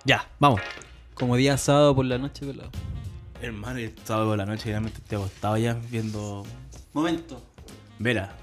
Ya, vamos. Como día sábado por la noche, pelado. Hermano, el sábado por la noche realmente estoy acostado ya viendo Momento. Vera.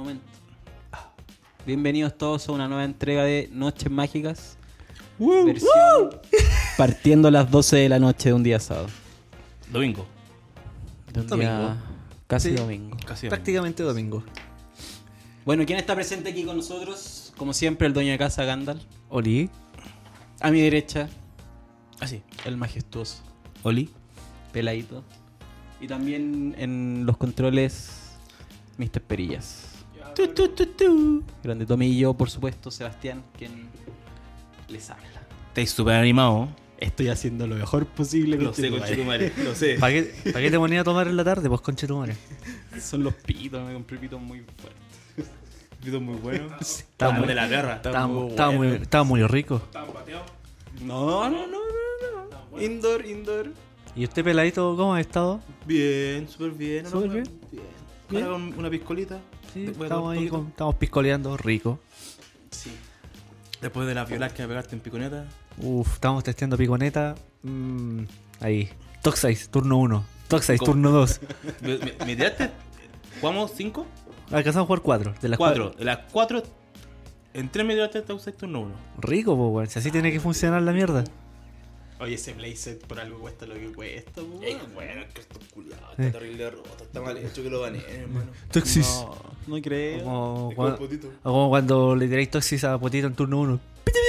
Bienvenidos todos a una nueva entrega de Noches Mágicas. Versión partiendo a las 12 de la noche de un día sábado. Domingo. De un Domingo. día casi Sí. domingo. Casi Prácticamente domingo. Bueno, ¿quién está presente aquí con nosotros? Como siempre, el dueño de casa, Gandalf. Oli. A mi derecha, Así. el majestuoso, Oli. Peladito. Y también en los controles, Mr. Perillas. Grande Tommy y yo, por supuesto, Sebastián, quien les habla. Estáis súper animado. Estoy haciendo lo mejor posible. Lo sé, conchetumare. Lo sé. ¿Para qué te ponía a tomar en la tarde? Pues conche tu madre. Son los pitos, me compré pitos muy fuertes. Video muy bueno. Estaba muy- de la guerra. Estaba muy rico. No. Indoor. ¿Y usted, peladito, cómo ha estado? Bien, súper bien. ¿no? ¿Súper bien? Ahora con una piscolita. Sí, Después de estamos un ahí, poquito. estamos piscoleando, rico. Sí. Después de las violas que me pegaste en piconeta. Uf, estamos testeando piconeta. Ahí. Top 6, turno 1. Top 6, ¿Cómo? turno 2. ¿Me tiraste? ¿Jugamos 5? Alcanzamos a jugar 4. De las 4. De las 4, en 3 me tiraste Tausa turno 1. Rico, pues, weón. Si así tiene que funcionar la mierda. Oye, ese playset por algo cuesta lo que cuesta, po. Bueno, es que esto es culiado, está terrible roto, está mal hecho que lo gané, hermano. Toxis. No creo. Como, Es como cuando, potito. como cuando le tiráis Toxis a Potito en turno 1.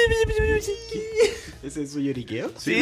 ¿Ese es su lloriqueo? Sí.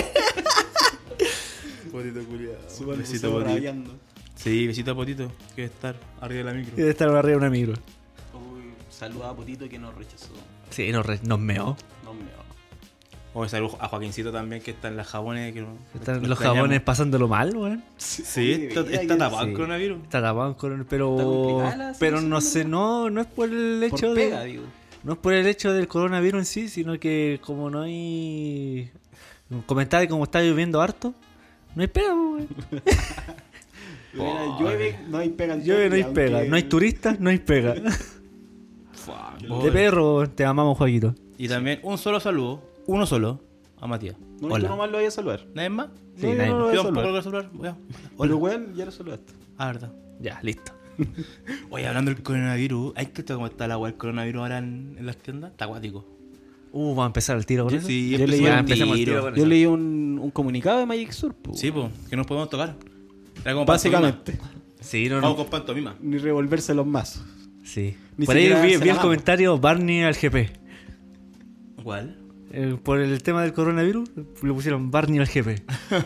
Potito culiado. Súper Besito a potito. rabiando. Sí, besito a potito, que debe estar arriba de la micro. Debe estar arriba de una micro. Uy, saluda a Potito que nos rechazó. Sí, nos meó. No me O saludo a Joaquincito también, que está en las jabones. Que no, Están lo los extrañamos. jabones pasándolo mal, weón. Sí, está tapado el coronavirus. Está tapado con Está pero complicada la pero situación, no sé, ¿verdad? no es por el hecho Por de pega, digo. no es por el hecho del coronavirus en sí, sino que como no hay comentaba que como está lloviendo harto, no hay pega, weón. Mira, llueve, no hay pega. Llueve, no hay aunque- pega, no hay turistas, no hay pega. Oh, De perro, te amamos, Joaquito. Y también un solo saludo, uno solo, a Matías. No, tú Hola. nomás lo vayas a saludar. ¿Nadie más? Sí, No, yo nadie no más. lo voy a Yo tampoco saludar. lo voy a saludar. Voy a- Pero weón, ya lo saludaste. Ah, verdad. Ya, listo. Oye, hablando del coronavirus, ¿hay que cómo está la agua del coronavirus ahora en las tiendas? Está acuático. Vamos a empezar el tiro con eso. Sí, Yo empezó leí el un empecemos el tiro. tiro con Yo eso. leí un comunicado de Magic Sur, po. Sí, pues, que nos podemos tocar. Era como Básicamente. Sí, no, pantomima. Vamos no. con pantomima. Ni revolverse los mazos. Sí. Ni Por ahí siquiera vi darse el la mano. comentario Barney al GP. ¿Cuál? Por el tema del coronavirus, le pusieron Barney al GP.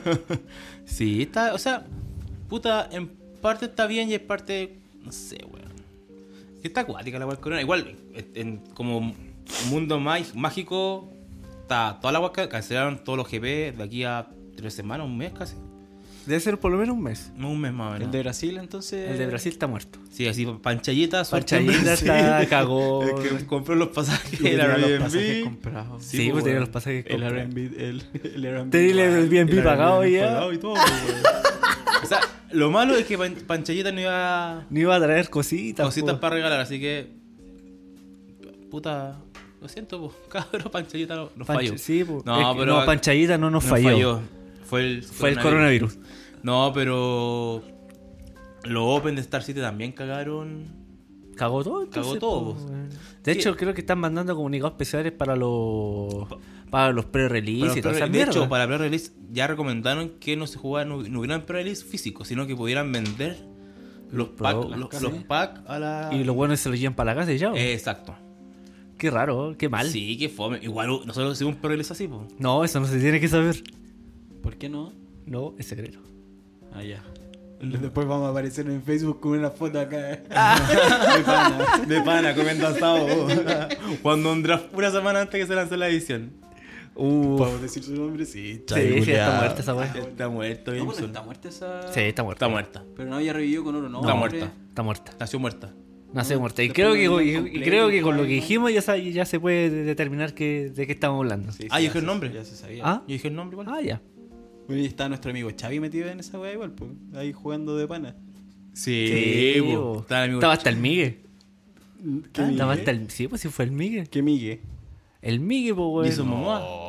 Sí, está, o sea, puta, en parte está bien y en parte, no sé, weón. Está acuática la agua del corona. Igual, en como mundo mágico, está toda la agua cancelaron todos los GP de aquí a 3 semanas, un mes casi. Debe ser por lo menos un mes. No, un mes más o El menos. de Brasil, entonces. El de Brasil está muerto. Sí, así, panchallita, Parchallita sí. está, cagó. Es que compró los pasajes, Tenía el los pasajes Airbnb. comprados. Sí, pues, pues tenía weón. los pasajes El comprados. Airbnb. El Airbnb. Tenía el Airbnb pagado ya. Pagado y todo, pues, weón. O sea, lo malo es que Panchallita no iba Ni iba a traer cositas. cositas po. para regalar, así que. Puta. Lo siento, pues, cabrón, Panchallita nos falló. Sí, pues. No, pero. Panchallita no nos falló. Fue el Coronavirus. No, pero. Los Open de Star City también cagaron. Cagó todo. entonces, Cagó todo, po, pues. weón. De hecho, creo que están mandando comunicados especiales para los pre-release y toda esa De mierda. hecho, para pre-release ya recomendaron que no se jugara, no hubieran pre-release físicos, sino que pudieran vender los packs los pack a la. Y los buenos se los llevan para la casa y ya. Exacto. Qué raro, qué mal. Sí, que fome. Igual nosotros hicimos un pre-release así, pues. No, eso no se tiene que saber. ¿Por qué no? No, es secreto. Ah, ya. Después vamos a aparecer en Facebook con una foto acá. De pana. De pana, comiendo asado. Cuando un draft una semana antes que se lanzó la edición. ¿Podemos decir su nombre? Sí, Sí, sí, está muerta esa weá. Está muerto, No, bien. pues está muerta esa. Sí, está muerta. Está muerta. Pero no había revivido con oro, ¿no? Está hombre. muerta. Está muerta. Nació muerta. Nació No, muerta. Y después creo lo que, vimos y completo, creo que con lo que ¿no? dijimos ya se puede determinar de qué estamos hablando. Sí, Ah, sí, yo ya dije el se- nombre. Ya se sabía. ¿Ah? Yo dije el nombre igual. Ah, ya. Bueno, y está nuestro amigo Xavi metido en esa weá igual, pues. Ahí jugando de pana. Sí, Sí, po. po. Estaba el amigo Estaba hasta el Migue. ¿Qué Estaba Migue? hasta el... Sí, pues sí fue el Migue. ¿Qué Migue? El Migue, pues, weón. Jason Momoa. Oh,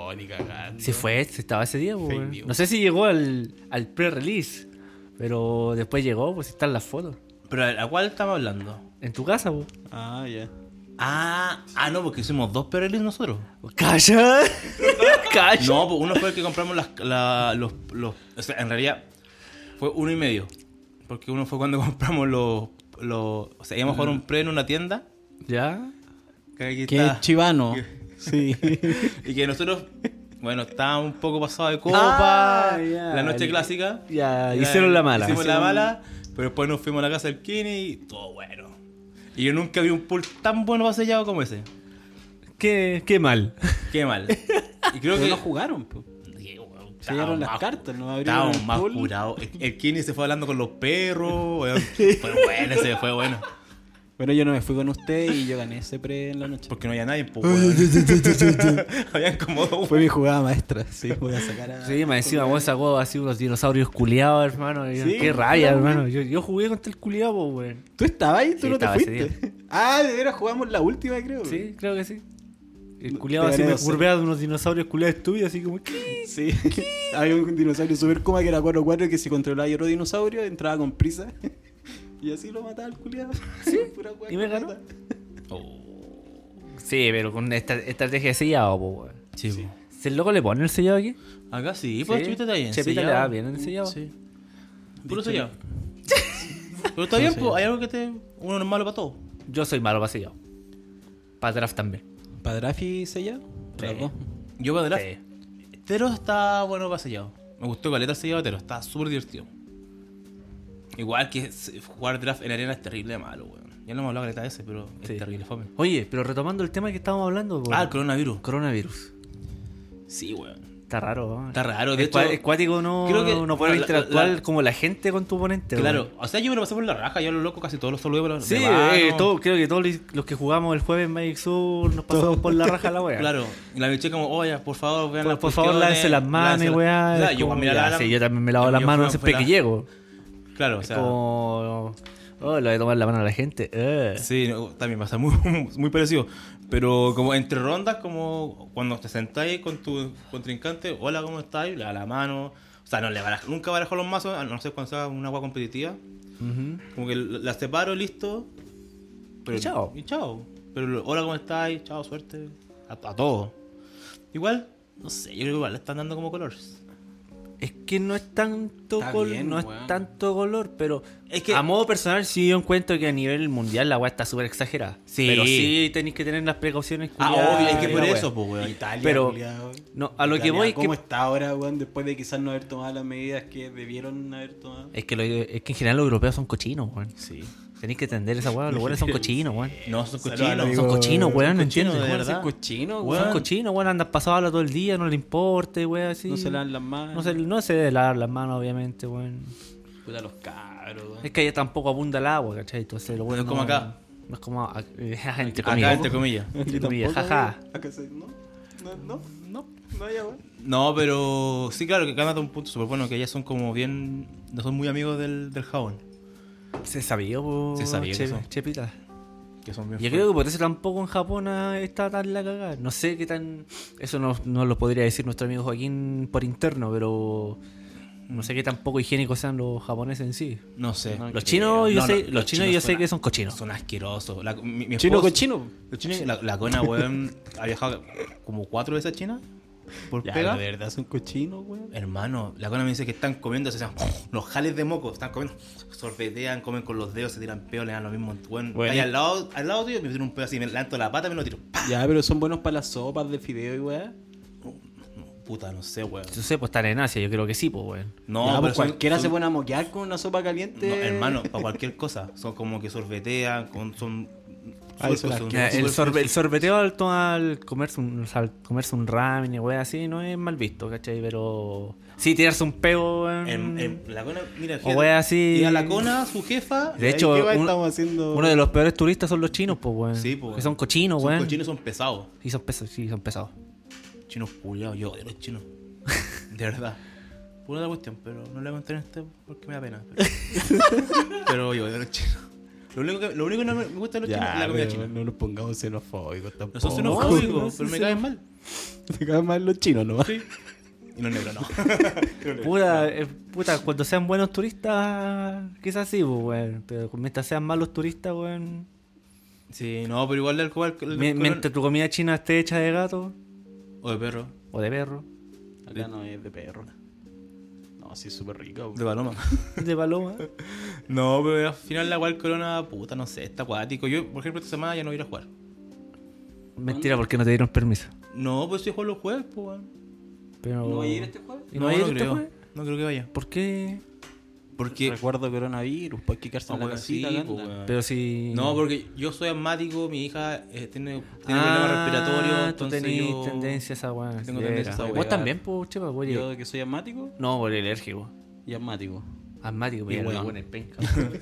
No, ni cagando. Si estaba ese día, pues, Fake weón. news. No sé si llegó al pre-release, pero después llegó, pues están las fotos. Pero ¿a cuál estamos hablando? En tu casa, pues. Ah, ya. No, porque hicimos 2 pre-release nosotros. ¡Calla! ¡Calla! No, pues uno fue el que compramos los... O sea, en realidad fue 1 y medio. Porque uno fue cuando compramos los... O sea, íbamos a jugar un pre en una tienda. ¿Ya? Que aquí Que está. es chivano. Sí. Y que nosotros, bueno, estábamos un poco pasados de copa. Ya. La noche clásica. Ya, hicieron la mala. Hicimos la mala. Pero después nos fuimos a la casa del Kini y todo bueno. Y yo nunca vi un pool tan bueno para sellado como ese. Qué mal. Qué mal. Y creo Pero que... no jugaron, pues. Sellaron las cartas, no abrieron Estábamos el más pool. curados. El Kini se fue hablando con los perros. Weón. Fue bueno ese, fue bueno. Bueno, yo no me fui con usted y yo gané ese pre en la noche. Porque no había nadie, pues, weón. Habían como dos. Fue mi jugada maestra. Sí, voy a sacar a... Sí, más encima vos sacó así unos dinosaurios culiados, hermano. Sí, Qué raya, claro. hermano. Yo jugué contra el culiado, pues, weón. ¿Tú estabas ahí? ¿Tú Sí, no te estaba ese fuiste? Ah, de veras jugamos la última, creo. Sí, creo que sí. El No, culiado te así gané me 2-0. curveaba de unos dinosaurios culiados estúpidos, así como... ¿qué? Sí. Había un dinosaurio super coma que era 4-4 que si controlaba otro dinosaurio entraba con prisa. Y así lo mataba el culiado. Sí. ¿Y me ganó? Sí, pero con esta estrategia de sellado, pues, weón. Sí, po. ¿Si el loco le pone el sellado aquí? Acá sí, pues Chepita está bien. Chepita le sellado. da bien el sellado. Sí. Puro sellado. Pero está bien, pues hay algo que uno no es malo para todo. Yo soy malo para sellado. Para draft también. ¿Padrafi sellado? Sí. Las dos. Yo para draft. Sí. Tero está bueno para sellado. Me gustó caleta el sellado de Tero, está súper divertido. Igual que jugar draft en arena es terrible de malo, weón. Ya no hemos hablado caleta de ese, pero Sí. es terrible, fome. Oye, pero retomando el tema que estábamos hablando, weón. El coronavirus. Coronavirus. Sí, weón. Está raro, ¿no? Está raro, de Es hecho. es cuático no, creo que no poder la- interactuar la- como la gente con tu oponente, Claro, weón. o sea, yo me lo pasé por la raja, yo a lo loco casi todos los saludé por la Sí, me va, no. creo que todos los que jugamos el jueves en Magic Sur nos pasamos por la raja la weá. Claro, y la biché como, oye, por favor, vean las Por favor, cuestiones, lávense las manos, lávense weá. la- Es Yo, como, mira, ya, la- sí, yo también me lavo las yo manos fue- siempre fue que la- llego. Claro, o Es sea. como... Oh, lo de tomar la mano a la gente. Sí, no, también pasa muy, muy parecido. Pero como entre rondas, como cuando te sentáis con tu contrincante, hola, ¿cómo estáis? Le da la mano. O sea, no le nunca barajo los mazos, a no ser cuando sea una agua competitiva. Ujú. Como que la separo, listo. Pero, Y chao. Y chao. Pero hola, ¿cómo estáis? Chao, suerte. A todo. Igual, no sé, yo creo que igual le están dando como colores. Es que no es tanto Está color, bien, no es weón. tanto color, pero Es que- a modo personal sí yo encuentro que a nivel mundial la weá está súper exagerada. Sí. Pero sí tenéis que tener las precauciones. Ah, culiadas obvio, es que y por la eso, weá. pues, weón. Italia, Pero- culiao. No, a lo que Italia, voy es ¿cómo que... está ahora, weón? Después de quizás no haber tomado las medidas que debieron haber tomado. Es que en general los europeos son cochinos, weón. Sí. Tenéis que entender esa weá, los buenos son cochinos, weón. No, son Saludos cochinos. al amigo. Son cochinos, weón, Son ¿entiendes? cochinos, de Weón, verdad. cochino, Weón. Son cochinos, weón, andan pasados todo el día, no le importa, weón, así. No se lavan las manos. No se debe lavar las manos, obviamente, weón. Puta los cabros, weón. Es que allá tampoco abunda el agua, ¿cachai? Entonces, lo bueno No es como acá. No es como entre Acá, comillas. entre comillas. Entre comillas, tampoco, jaja. weón. Acá se... No hay agua. No, pero sí, claro, que acá anda un punto súper bueno, que ellas son como bien... No son muy amigos del jabón. Se sabía, po, Se sabía que son. Chepita. Que son bien Yo creo que por eso tampoco en Japón está tan la cagada. No sé qué tan... Eso no lo podría decir nuestro amigo Joaquín por interno, pero... No sé qué tan poco higiénicos sean los japoneses en sí. No sé. Los chinos, yo No, sé, no, los chinos yo sé son que son cochinos. Son asquerosos. Mi Chino esposo- con chino. Los chinos, la cona, weón, ha viajado como 4 veces a China. Por Ya, pega. de verdad son cochinos, weón. Hermano, la cona me dice que están comiendo, se hacen los jales de moco, están comiendo, sorbetean, comen con los dedos, se tiran peos, le dan lo mismo. Bueno, Bueno. ahí al lado tuyo, me tiro un pedo así, me levanto la pata y me lo tiro. ¡Pah! Ya, pero son buenos para las sopas de fideo y weón. Puta, no sé, weón. Yo sé, pues están en Asia, yo creo que sí, pues, weón. No, Ya, pero pues son- cualquiera son- se pone a moquear con una sopa caliente. No, hermano, para cualquier cosa. Son como que sorbetean, son. Ah, eso son- era- El, súper el sorbeteo al comerse un ramen y weón así no es mal visto, ¿cachai? Pero sí tirarse un peo, weón. La cona, mira, O wea así. Y a la cona, su jefa. De hecho, ¿qué va estamos haciendo? uno de los peores turistas son los chinos, pues, weón. Sí, pues. Que son cochinos, Son weón. cochinos, son pesados. Sí, son pesados. Chinos culiados, yo odio los chinos. De verdad. Por una cuestión, pero no le voy a contar en este porque me da pena. Pero yo odio los chinos. Lo único que no me gusta de los chinos es la comida china. No nos pongamos xenofóbicos tampoco. No son xenofóbicos, no, pero sí, me sí. caen mal. Se cagan más los chinos, ¿no? Sí. Y los negros no. Puta, cuando sean buenos turistas, quizás sí, pues, weón. Pero mientras sean malos turistas, weón. Sí, no, pero igual del cual. Mientras tu comida china esté hecha de gato O de perro. o de perro, Acá no es de perro. No, sí es súper rico. De paloma. de paloma. No, pero al final la cual corona, puta, no sé, está acuático. Yo, por ejemplo, esta semana ya no voy a ir a jugar. Mentira, porque no te dieron permiso. No, pues si juego los jueves, pues, weón. Pero... ¿No voy a ir este jueves? ¿Y no va a ir este creo. jueves? No creo que vaya. ¿Por qué? Porque. Recuerdo coronavirus, pues hay que quedarse en la weón, casita. sí, anda. pues, weón. Pero si... No, porque yo soy asmático, mi hija tiene problemas respiratorios, tú entonces tenés yo... tendencia a esa weá. Tengo tendencia a esa Vos weá. también, pues, chepa, oye. Yo que soy asmático No, por alérgico. y asmático. Asmático, Y pero weón. bueno, es penca.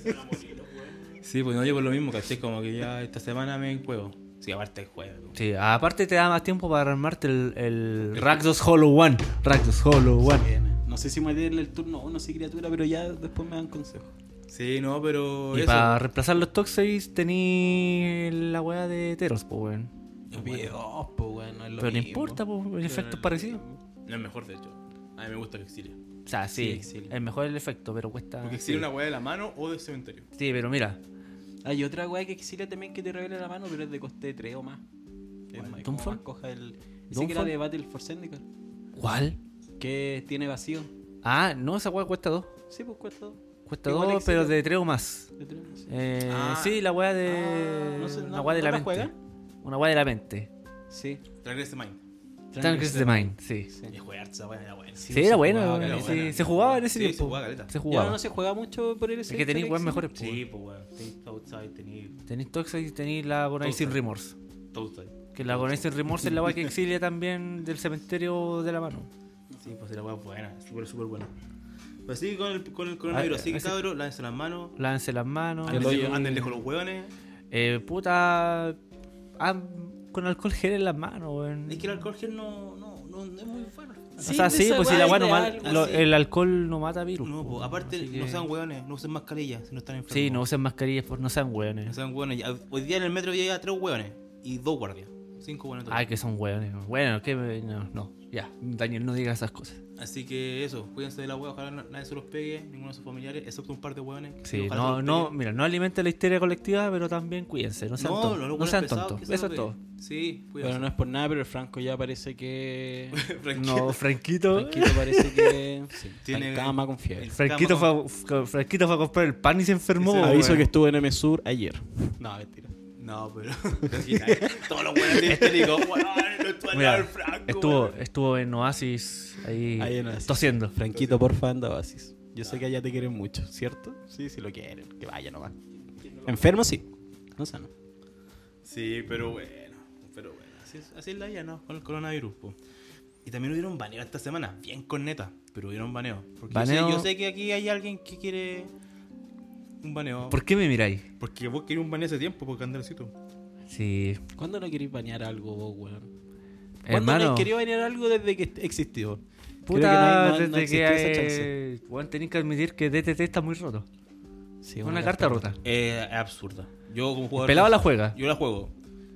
Sí, pues no, yo por lo mismo, ¿cachai? Como que ya esta semana me juego. Sí, aparte el jueves. ¿no? Sí, aparte te da más tiempo para armarte el Rakdos Hollow One. Rakdos Hollow One. No sé si meterle el turno 1 sí criatura, pero ya después me dan consejos. Sí, no, pero Y eso. para reemplazar los Toxeis tení la weá de Teros, pues, weón. Yo pide 2, pues bueno, es lo Pero no mismo. importa, pues, el efecto es parecido. No es mejor, de hecho. A mí me gusta que Exilia. O sea, sí, Exilia. es mejor el efecto, pero cuesta... Porque Exilia es una weá de la mano o del cementerio. Sí, pero mira, Hay otra weá que exilia también que te revela la mano, pero es de coste 3 o más. Es más, como ¿Doomfall? más coja el. Ese que ¿Doomfall? era de Battle for Syndicate. ¿cuál? Que tiene vacío. Ah, no, esa weá cuesta 2. Sí, pues cuesta 2. Cuesta Igual 2, pero Exilia. de 3 o más. De 3 sí. Sí, la weá de... no sé, una no- weá de ¿no la la mente. juega? Una weá de la mente. Sí. Transgress the Mind. Transgress the Mind, sí. Sí. Y jugar esa weá era buena. Sí, era buena, jugaba, weón, era sí, buena. se jugaba en ese Sí, tiempo. se jugaba caleta. Se Ya jugaba. no se juega mucho por el Es que tenéis weas mejores, pues. Sí, pues weón. Tenéis Outside, tenéis Tenéis Toxic y tenéis la Agonizing Toxic. Remorse. Outside. Que la Agonizing Remorse es la weá que exilia también del cementerio de la mano. Sí, pues la weá es buena. Súper buena. Pues sí, con el coronavirus. Ah, Así que ese- cabrón, lávense las manos. Lávense las manos. Anden lejos los hueones. Puta. Con alcohol gel en las manos, weón. Es que el alcohol gel no es muy bueno. O sea, sí, pues si la weá no el alcohol no mata virus. No, po, pues, aparte, así que- no sean hueones, no usen mascarillas si no están enfermos. Sí, no usen mascarillas, pues no sean No weones. sean hueones. Hoy día en el metro había 3 hueones y 2 guardias. 5 hueones total. Ay, que son weones. Bueno, que no. Ya, Daniel, no diga esas cosas. Así que eso, cuídense de la hueá, ojalá nadie se los pegue, ninguno de sus familiares, excepto un par de hueones. Sí, Ojalá se los no, peguen. mira, no alimente la histeria colectiva, pero también cuídense, no sean No, tontos. los No hueones sean pesados tontos. que se Eso es los todo. peguen. Sí, Bueno, cuídense. no es por nada, pero el Franco ya parece que. No, Franquito. Franquito parece que. Sí, Tiene- está en cama con fiebre. Franquito Franquito fue a comprar el pan y se enfermó. Sí, weón. Aviso que estuvo en M-Sur ayer. No, mentira. No, pero. Todos los hueones histéricos, weón, no estuvo al lado Mira, del Franco. weón. estuvo en Oasis ahí, Ahí en Oasis. tosiendo. Franquito, porfa, anda Oasis. Yo sé que allá te quieren mucho, ¿cierto? Sí, sí lo quieren. Que vaya nomás. Enfermo, sí. No sano. Sí, pero bueno. Así es la vida, ¿no? Con el coronavirus, po. Y también hubieron baneos esta semana, bien corneta, pero hubieron baneos. Porque Baneo- yo sé que aquí hay alguien que quiere un baneo. ¿Por qué me miráis? Porque vos querías un baneo hace tiempo, porque Andresito. Sí, ¿Cuándo no queréis banear algo vos, weón? ¿Cuándo no hermano. has querido banear algo desde que existió? Creo Puta, no desde existió esa chance. que bueno, tenéis que admitir que DTT está muy roto. Sí, Una carta rota. Es absurda. Yo como jugador... Pelado la juega. Yo la juego.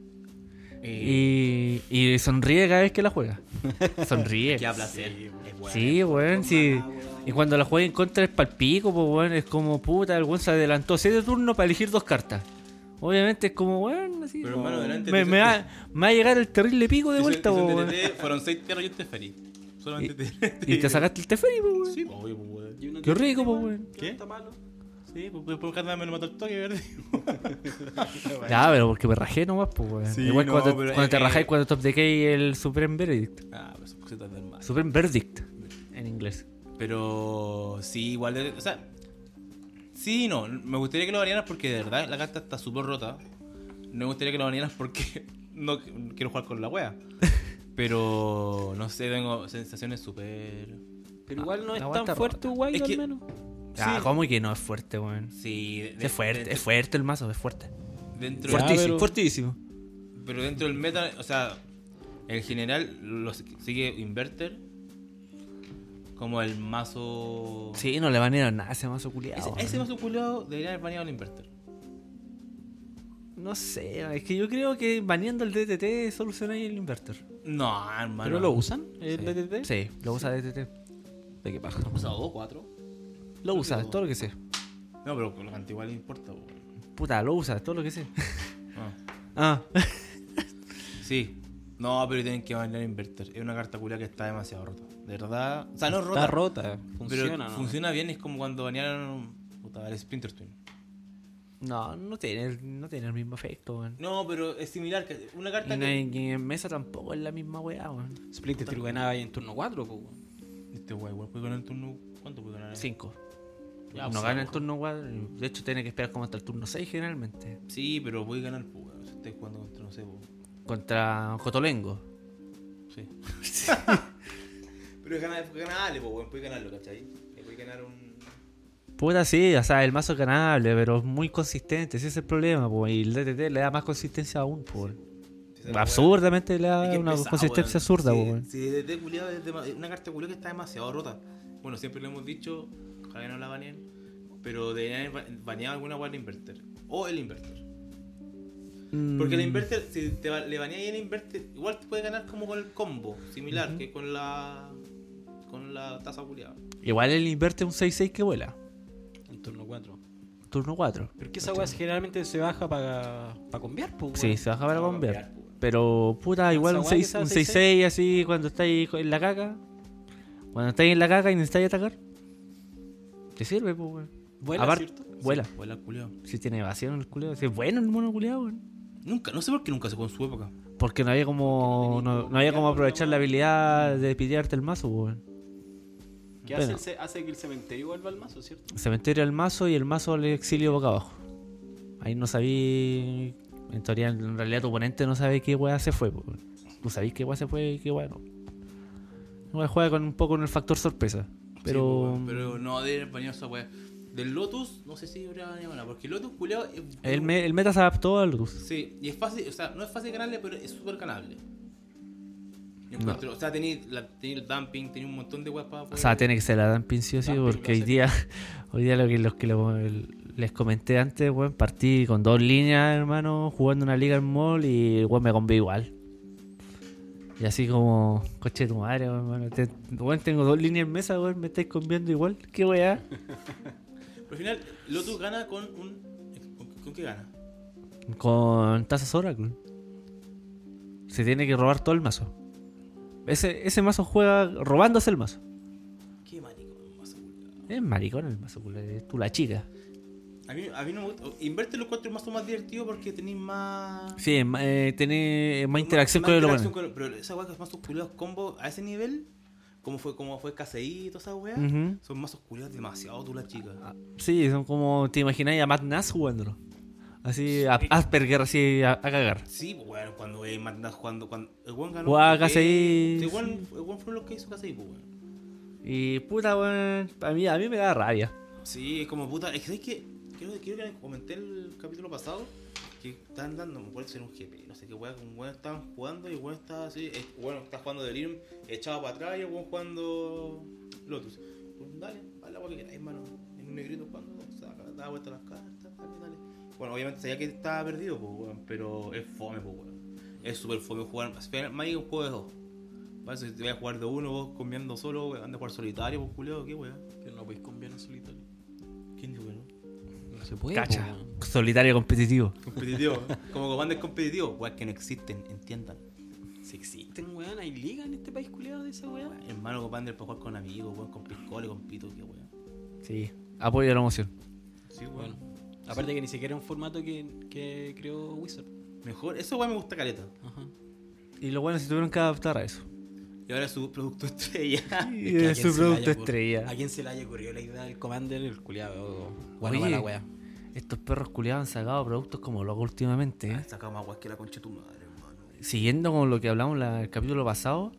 Y sonríe cada vez que la juega. Sonríe. Qué placer. Es buena. Sí, weón, sí. Y cuando la juega en contra es palpico, pues weón, es como puta, el weón se adelantó 7 turnos para elegir 2 cartas. Obviamente es como, weón, así. Pero, como- hermano, delante me, te- me va, me va a llegar el terrible pico de Dicen- vuelta, dicen po, weón. DTT, fueron 6 tierras y un Teferi. Solamente Y te sacaste el Teferi, pues weón. Sí, obvio, pues, weón. Qué rico, pues weón. ¿Qué? Está malo. Sí, pues por cada me lo mató el toque, ¿verdad? Ya, pero porque me rajé nomás, pues weón. Sí, Igual no, cuando, pero cuando es te que- rajáis cuando top decay el Supreme Verdict. Ah, pues son cositas del mal. Supreme Verdict en inglés. Pero sí, igual, o sea, sí, no, me gustaría que lo banearas porque de verdad la carta está súper rota. No me gustaría que lo banearas porque no quiero jugar con la wea. Pero no sé, tengo sensaciones súper... Pero igual no la es weá tan está fuerte rota. Wild Es que- al menos. Ah, Sí. ¿cómo que no es fuerte, weón? Sí, Es fuerte el mazo, es fuerte. Dentro Ya, Fuertísimo, pero- fuertísimo. pero dentro del meta, o sea, en general lo sigue Inverter como el mazo... Sí, no le banearon nada a ese mazo culiado. Ese mazo culiado debería haber baneado el Inverter. No sé, es que yo creo que baneando el DTT solucionáis el inverter. No, hermano. ¿Pero lo usan? ¿El Sí. DTT? Sí, lo usa DTT. ¿De qué paja? ¿Han usado 2, 4? Lo usa, todo lo que sé. No, pero con lo que igual le importa, weón. Puta, lo usa, todo lo que sé. Ah. Ah. Sí. No, pero tienen que banear inverter. Es una carta culia que está demasiado rota. De verdad. O sea, no es rota. Está rota. Pero Funciona, ¿no? funciona bien. Es como cuando banearon puta, el Splinter Twin. No tiene el mismo efecto, weón. No, pero es similar. Una carta Y, no que... en mesa tampoco es la misma weá, weón. Splinter Twin ganaba ahí en turno 4, pues. Este weón igual puede ganar el turno... ¿Cuánto puede ganar? 5. Ya, No o sea, gana el turno 4. De hecho, tiene que esperar como hasta el turno 6 generalmente. Sí, pero puede ganar, pues, weón. Si estés jugando contra, no sé, pues. Contra Cotolengo. Sí. Pero es ganable, pues, weón. Puede ganarlo, ¿cachai? Puede ganar un... Puta, sí, o sea, el mazo es ganable, pero es muy consistente, ese es el problema, pues. Y el DTT le da más consistencia aún, pues. Absurdamente le da una consistencia absurda, pues. Sí, DT culiado es una carta culiado que está demasiado rota. Bueno, siempre lo hemos dicho, ojalá que no la baneen, pero deberían banear alguna weá al inverter. O el inverter. Porque el inverter, si le baneáis el inverter, igual te puede ganar como con el combo, similar que con la taza culiada. Igual el inverte un 6-6 que vuela. En turno 4. Turno 4. Pero que esa weá generalmente se baja para cambiar, pues. Sí, se baja para No, cambiar. cambiar, pues. Pero, puta, igual un Esa weá que 6 sea un 6-6. 6-6 así cuando estáis en la caca. Cuando estáis en la caca y necesitáis atacar. Te sirve, pues, weón. Vuela, Aparte, ¿cierto? vuela. Vuela el culiado. Si tiene evasión el culeo. Si es bueno el mono culeado, weón. Nunca, no sé por qué nunca se jugó en su época. Porque no había como. No había como aprovechar la habilidad de pitearte el mazo, weón. Que Bueno. hace que el cementerio vuelva al mazo, ¿cierto? Cementerio al mazo y el mazo al exilio boca abajo. Ahí no sabí. En teoría, en realidad tu oponente no sabe qué weá se fue, weón. Tú sabés qué weá se fue y qué weá no. Igual juega con un poco con el factor sorpresa. Pero. Sí, pero no debe haber baneado esa weá. Del Lotus, no sé si habría baneado nada, porque el Lotus culiado es... El meta se adaptó al Lotus. Sí, y es fácil, o sea, no es fácil ganarle, pero es súper ganable. Yo No. encuentro- O sea, tenía el dumping, tenía un montón de weas para poder... O sea, tiene que ser la dumping sí o sí, Dumping, porque lo hace. hoy día les comenté antes, weón, partí con 2 líneas, hermano, jugando una liga en mall y weón me combi igual. Y así como, coche de tu madre, weón, weón, tengo 2 líneas en mesa, weón, me estáis combiando igual, qué weá. Pero al final, Lotus gana con un... ¿Con qué gana? Con Tazas Oracle. Se tiene que robar todo el mazo. Ese mazo juega robándose el mazo. Qué maricón, mazo culiao. Es maricón el mazo, culo, es tú la chica. A mí no me gusta... Inverte los 4 mazos más divertido porque tenéis más... Sí, tiene más interacción con el interacción oponente. Pero esa wea que es mazos culiados combo a ese nivel... Como fue KCI y toda esa wea, Ujú. son mazos culiados demasiado tú la chica. Sí, son como, te imagináis a Matt Nass jugándolo. Así, a Asperger, así, a cagar. Sí, pues bueno, cuando mandas jugando, cuando el buen ganó. Jugaba porque- KCI. Sí, el buen fue lo que hizo KCI, pues bueno. Y puta, weón, a mí me da rabia. Sí, es como puta. Es que, ¿sabes qué? Quiero que comenté el capítulo pasado que estaban dando, me acuerdo ser un GP, no sé qué weá, un weón estaban jugando y el weón estaba así, bueno, está jugando Delirium, echado para atrás y el weón jugando Lotus. Pues dale, haz la weá que queráis, hermano. En un negrito jugando, saca, da vuelta las cartas, dale. Bueno, obviamente sabía que estaba perdido, pues weón, pero es fome, pues weón. Es súper fome jugar, más que un juego de dos. Para eso si te vas a jugar de uno, vos comiendo solo, weón, andas a jugar solitario, pues culiado, qué weón. Que no podéis cambiar en solitario. ¿Quién dijo que no? No se puede. Cacha, po, weón. solitario competitivo. Competitivo, como comandos competitivos, weón, que no existen, entiendan. Si existen, weón, hay liga en este país culiado de esa weá. Hermano Commander para jugar con amigos, weón, con piscola y con pito, qué weón. Sí, apoyo la emoción. Sí, Bueno, aparte que ni siquiera es un formato que creó Wizard. Mejor, eso weón me gusta caleta. Ajá. Y lo bueno es que tuvieron que adaptar a eso. Y ahora es su producto estrella. Y Es que a es quien su se le producto haya estrella. ¿A quién se le haya ocurrido la idea del Commander? El culiado. Bueno, Oye, para la weá. Estos perros culiados han sacado productos como locos últimamente. ¿eh? Sacado más weón que la concha de tu madre, hermano. Siguiendo con lo que hablamos el capítulo pasado,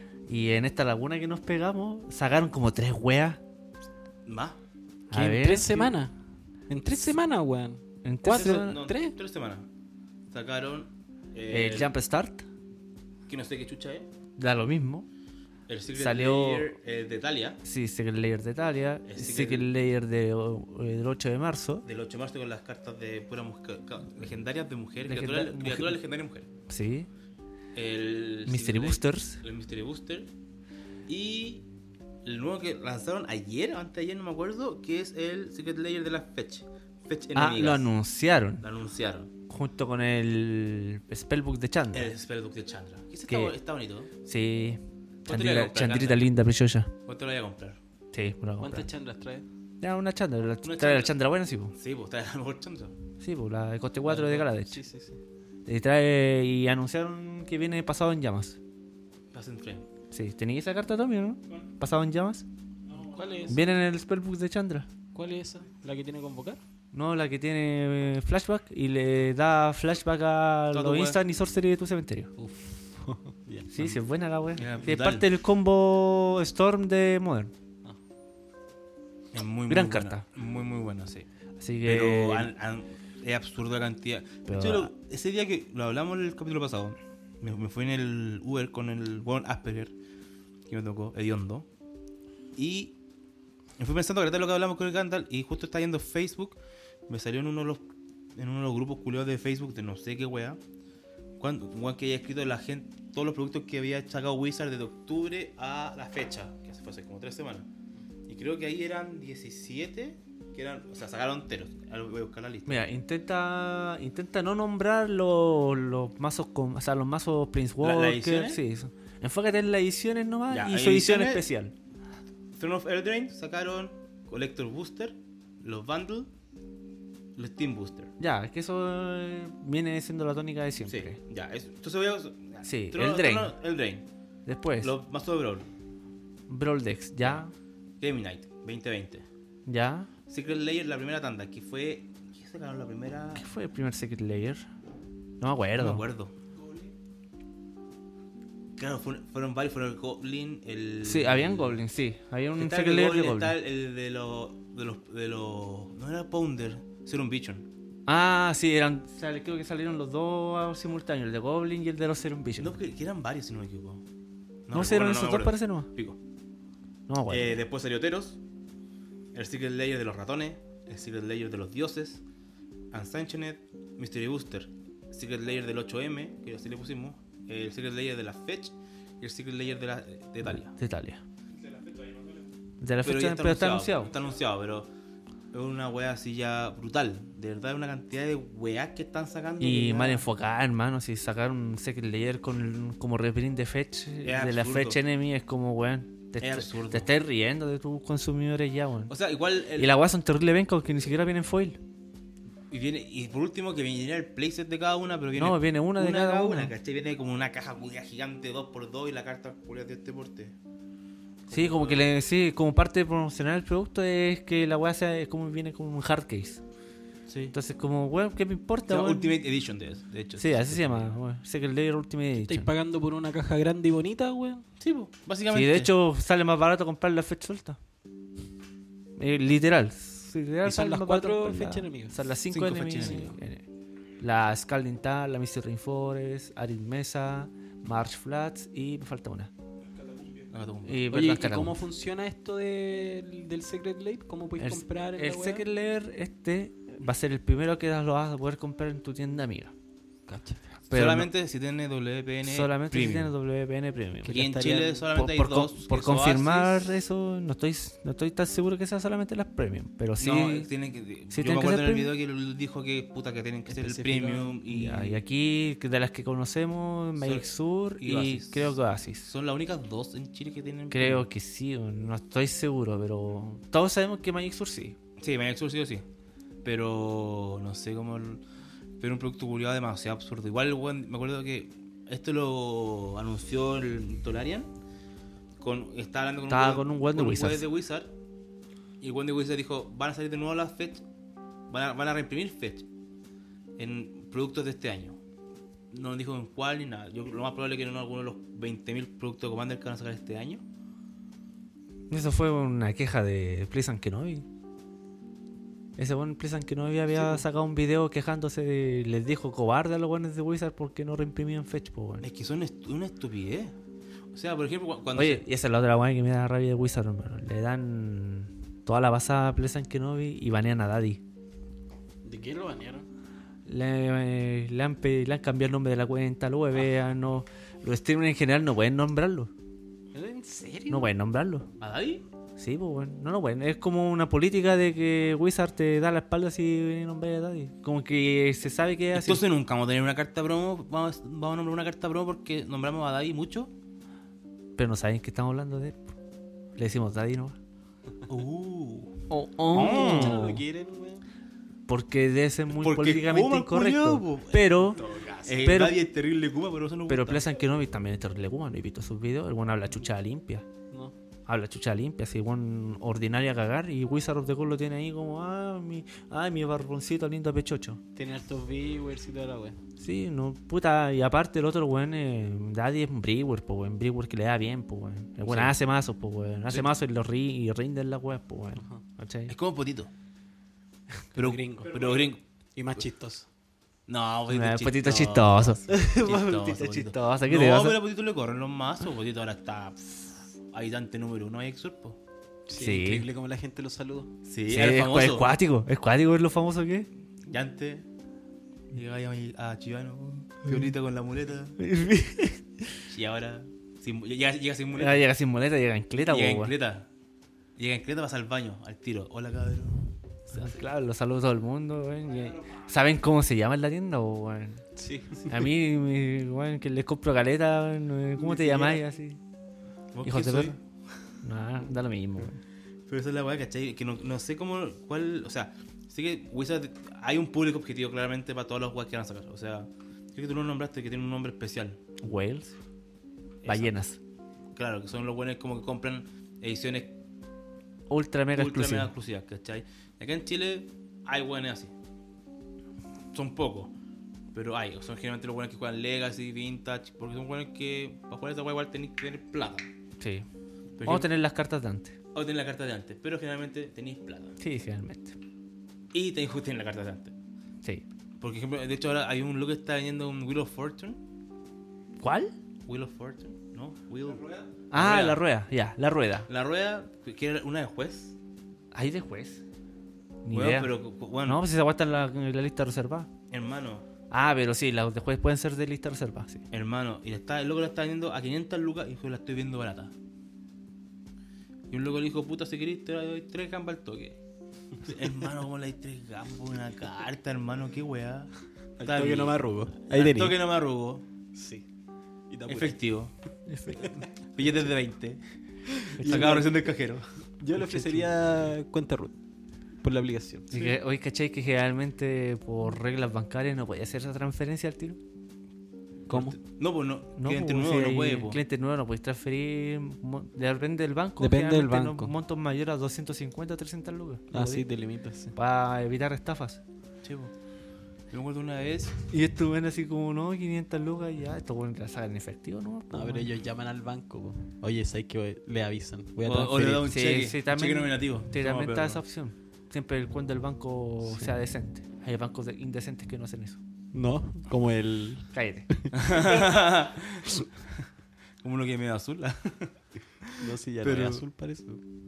y en esta laguna que nos pegamos, sacaron como 3 weas. ¿Más? A ¿Qué, en ver, 3 sí. semanas? En 3 semanas, weón. En 4, semanas. No, 3. 3 semanas. Sacaron. El Jump Start, Que no sé qué chucha es. da lo mismo. El Secret Salió- Lair de Talia, Sí, Secret Lair de Italia, El Secret Lair del 8 de marzo. del 8 de marzo con las cartas de pura legendarias de mujer, Legenda- criatura legendaria mujer. Sí. El Mystery Secret Lair- Boosters. El Mystery Booster. Y el nuevo que lanzaron ayer o antes de ayer, no me acuerdo, que es el Secret Lair de las Fetch. Fetch Ah, enemigas. lo anunciaron. Lo anunciaron. Junto con el Spellbook de Chandra. El Spellbook de Chandra. Que ese Que- está bonito. Sí. ¿Cuánto le voy a comprar, Chandrita Candle? linda, preciosa. ¿Cuánto lo voy a comprar? Sí, me la ¿Cuántas compré. chandras trae? Ya, una Chandra. Trae Chandra. la Chandra buena, sí, po. Sí, pues está la mejor Chandra. Sí, pues la de coste 4 de Galadech. Sí, sí, sí. Y anunciaron que viene pasado en llamas. Pass and Frame. Sí, ¿tenéis esa carta también, no? Pasado en llamas. ¿Cuál es esa? Viene en el Spellbook de Chandra. ¿Cuál es esa? ¿La que tiene que convocar? No, la que tiene flashback y le da flashback a Todo los wea. instant y sorcery de tu cementerio. Uf. Bien. Sí, sí, es buena la wea. Ya, Sí, es brutal. parte del combo Storm de Modern. Es muy, Gran muy carta. buena. Muy, muy buena, sí. Así que. Pero es absurdo la cantidad. Pero- De hecho, ese día que lo hablamos en el capítulo pasado, me fui en el Uber con el buen Asperger que me tocó, hediondo. Y me fui pensando que era lo que hablamos con el Gandalf. Y justo estaba yendo Facebook, me salió en uno de los grupos culiados de Facebook de no sé qué wea. Un weón que había escrito la gente, todos los productos que había sacado Wizard desde octubre a la fecha, que fue hace como 3 semanas. Y creo que ahí eran 17, que eran, o sea, sacaron enteros. Ahora voy a buscar la lista. Mira, intenta no nombrar los mazos o sea, los mazos Prince ¿Las Walker. ediciones? Sí, eso. Enfócate en las ediciones nomás Ya, y su edición ediciones- especial. Throne of Eldraine sacaron Collector Booster, los Bundle, los Team Booster. Ya, es que eso viene siendo la tónica de Sí, siempre. ya. Entonces voy a. Sí, Throne- Eldraine. Throne of Eldraine. Después, Los mazos de Brawl. Brawl Decks, ya, Game Night 2020. ya. Secret Layer, la primera tanda, que fue. ¿Qué sacaron la primera? ¿Qué fue el primer Secret Layer? No me No acuerdo. me acuerdo. Claro, fueron varios, fueron el Goblin, el... Sí, habían Goblins, sí. Había un Está Secret el Layer de Goblin, Goblin. está el de los... No era Pounder, Serum Vision. Ah, sí, creo que salieron los dos simultáneos, el de Goblin y el de los Serum Vision. No, que eran varios, si no me equivoco. No, eran esos dos, acuerdo. parece nomás. Pico. No me acuerdo. Después salió Teros, el Secret Layer de los ratones, el Secret Layer de los dioses, Unsanctioned, Mystery Booster, Secret Layer del 8M, que así le pusimos, el Secret Layer de la Fetch y el Secret Layer de Italia. De Italia. De la Pero fecha, ya pero está anunciado. Está anunciado, pero es una wea así ya brutal. De verdad, es una cantidad de weas que están sacando. que Y ya- mal enfocada, hermano. Si sacar un Secret Layer como reprint de Fetch, de la absurdo. Fetch Enemy, es como, weón. Es absurdo. Te estás riendo de tus consumidores ya, weón. O sea, igual. Y las weas son terrible vencas que ni siquiera vienen foil. Y por último, que viene el playset de cada una, pero viene. No, viene una de cada una. ¿Cachai? Viene como una caja culia gigante 2x2 y la carta culia de este porte. Sí, como que sí, como parte promocional del producto es que la wea sea, es como viene como un hard case. Sí. Entonces, como, weón, ¿qué me Se importa, llama weón? Ultimate Edition de hecho. Sí, así se llama, weón. Secret Layer Ultimate ¿Estáis Edition. pagando por una caja grande y bonita, weón? Sí, pues, básicamente. Sí, de hecho sale más barato comprar la Fetch suelta. Literal. Literal Y son sale las más 4 barato comprar Fetch enemigas. Son las 5 Cinco enemigos. Fetch La Scalding Tal, la Mystery Rainforest, Arid Mesa, March Flats y me falta una. Y Oye, Verdant ¿y Catacomb. cómo funciona esto del Secret Lair? ¿Cómo podéis comprar en el la weá? Secret Lair va a ser el primero que lo vas a poder comprar en tu tienda amiga. Cacha. Pero solamente si tiene WPN. solamente si Premium. tiene WPN Premium. Aquí en estarían- Chile solamente hay Por dos. por que es confirmar Oasis. eso, no estoy tan seguro que sea solamente las Premium. Pero sí. No, tienen que. sí yo tienen me que acuerdo ser en el premium. video que él dijo que puta que tienen que ser el Especificado. premium y, Y aquí, de las que conocemos, Magic Sur y y Oasis. creo que Oasis. son las únicas dos en Chile que tienen. Creo que sí, no estoy seguro, pero todos sabemos que Magic Sur sí. Sí, Magic Sur sí o sí. Pero no sé cómo. Pero un producto culiado demasiado absurdo. Igual, weón, me acuerdo que esto lo anunció el Tolarian. Estaba hablando Estaba con un weón de Wizards. de Wizard. Y el weón de Wizard dijo: van a salir de nuevo las Fetch. Van a reimprimir Fetch en productos de este año. No dijo en cuál ni nada. Lo más probable es que no alguno de los 20.000 productos de Commander que van a sacar este año. Eso fue una queja de Pleasant Kenobi. Ese buen Pleasant Kenobi había sacado un video quejándose les dijo cobarde a los buenos de Wizard porque no reimprimían Fetch, po, weón. Es que son una estupidez. O sea, por ejemplo, cuando Oye, y esa es la otra weá que me da rabia de Wizard, hermano. Le dan toda la pasada a Pleasant Kenobi y banean a Daddy. ¿De qué lo banearon? Le han cambiado el nombre de la cuenta, lo huevean, no. Los streamers en general no pueden nombrarlo. ¿En serio? No pueden nombrarlo. ¿A Daddy? Sí, pues bueno, no pueden. Es como una política de que Wizard te da la espalda si nombres a Daddy. Como que se sabe que es así. Entonces nunca vamos a tener una carta promo. Vamos a nombrar una carta promo porque nombramos a Daddy mucho. Pero no saben que estamos hablando de él. Le decimos Daddy, ¿no? ¿No lo quieren, weón? Porque debe ser muy Porque políticamente Kuma, incorrecto. culiao, po. Pero Pero- Daddy es terrible Kuma, pero eso no pero gusta. Pleasant Kenobi también es terrible Kuma. No he visto sus videos. El bueno habla chucha limpia. No. Habla chucha limpia, así buen ordinaria a cagar. Y Wizard of the Coast lo tiene ahí como, mi barboncito lindo pechocho. Tiene hartos viewers y toda la weá. Sí, no, puta. Y aparte el otro weón, Daddy es un brewer, pues weón. Brewer que le da bien, pues weón. El weón Sí. hace mazos, pues weón. Hace Sí. mazos y rinde en la weá, pues weón. Ajá. ¿Cachai? Es como Potito. Pero gringo. Pero gringo. Y más chistoso. No, Potito chistoso. Potito chistoso. ¿Qué no, te pasa? pero a Potito le corren los mazos. Potito ahora está habitante número 1 de Exor, po. Sí. Increíble como la gente lo saluda. Sí, Sí, era es famoso. cuático. Es cuático ver lo famoso que es. Y antes llegaba a Chivano, Fiorita con la muleta. Y ahora llega sin muleta. Llega sin muleta, llega en cleta, Llega en weón. cleta. Llega en cleta, pasa al baño, al tiro. Hola, cabrón. Claro, lo saludo a todo el mundo, weón. ¿Saben cómo se llama en la tienda, weón? Sí. A mí, weón, que les compro caleta, weón, ¿cómo te llamáis así? ¿Vos Hijos qué de soy? perro. Nah, da lo mismo, weón. Pero esa es la weá, ¿cachai? Que no sé cuál, o sea, sé que Wizard, hay un público objetivo claramente para todos los weas que van a sacar. O sea, creo que tú lo nombraste que tiene un nombre especial. Whales. Ballenas. Claro, que son los buenos como que compran ediciones Ultra mega ultra mega exclusiva. exclusivas, ¿cachai? Acá en Chile hay buenos así. Son pocos, pero hay. Son generalmente los buenos que juegan Legacy, Vintage, porque son buenos que para jugar esa wea igual tenéis que tener plata. Sí. Por Vamos a ejemplo, tener las cartas de antes. o tener la carta de antes, pero generalmente tenéis plata. Sí, finalmente. Y tenéis justo en la carta de antes. Sí. Por ejemplo, de hecho ahora hay un look que está vendiendo un Wheel of Fortune. ¿Cuál? Wheel of Fortune, ¿no? Ah, rueda. la rueda. Ya, la rueda. La rueda, que era una de juez. ¿Hay de juez? Ni Bueno, idea. pero bueno, No, pues si se aguanta en la lista reservada. hermano, Ah, pero sí, las de juez pueden ser de lista reservada, sí. hermano. Y el loco la está vendiendo a 500 lucas y dijo, la estoy viendo barata. Y un loco le dijo, puta, si querés te doy 3 gambas al toque. Hermano, ¿cómo le doy 3 gambas por una carta, hermano? Qué weá. Al toque bien. no me arrugo. Ahí Al tení. toque no me arrugo. Sí. Y te apuré. Efectivo. Billetes de 20. Sacado recién del cajero. Yo le ofrecería cuenta root por la aplicación. Así que hoy cachai que generalmente por reglas bancarias no podía hacer esa transferencia al tiro. ¿Cómo? No, pues no. No, Cliente pues, nuevo si no hay puede, pues. cliente nuevo no puedes transferir. Depende del banco. Depende del generalmente banco. Montos mayores a 250 o 300 lucas. Ah, sí, te limitas. Sí. Para evitar estafas. Sí, pues. Yo me acuerdo una vez. Y estos ven así como, no, 500 lucas y ya. Estos bueno, la sacan en efectivo, ¿no? No, pero ellos llaman al banco. Po. Oye, ¿sabes que le avisan? Voy a O le da transferir. un Sí, cheque. sí, también- cheque nominativo. Sí, No, también pero está no. esa opción. Siempre el cuento del banco sea decente. Hay bancos indecentes que no hacen eso. No, como el... Cállate. Como uno que me da azul. No sé, ya Pero- no es azul parece.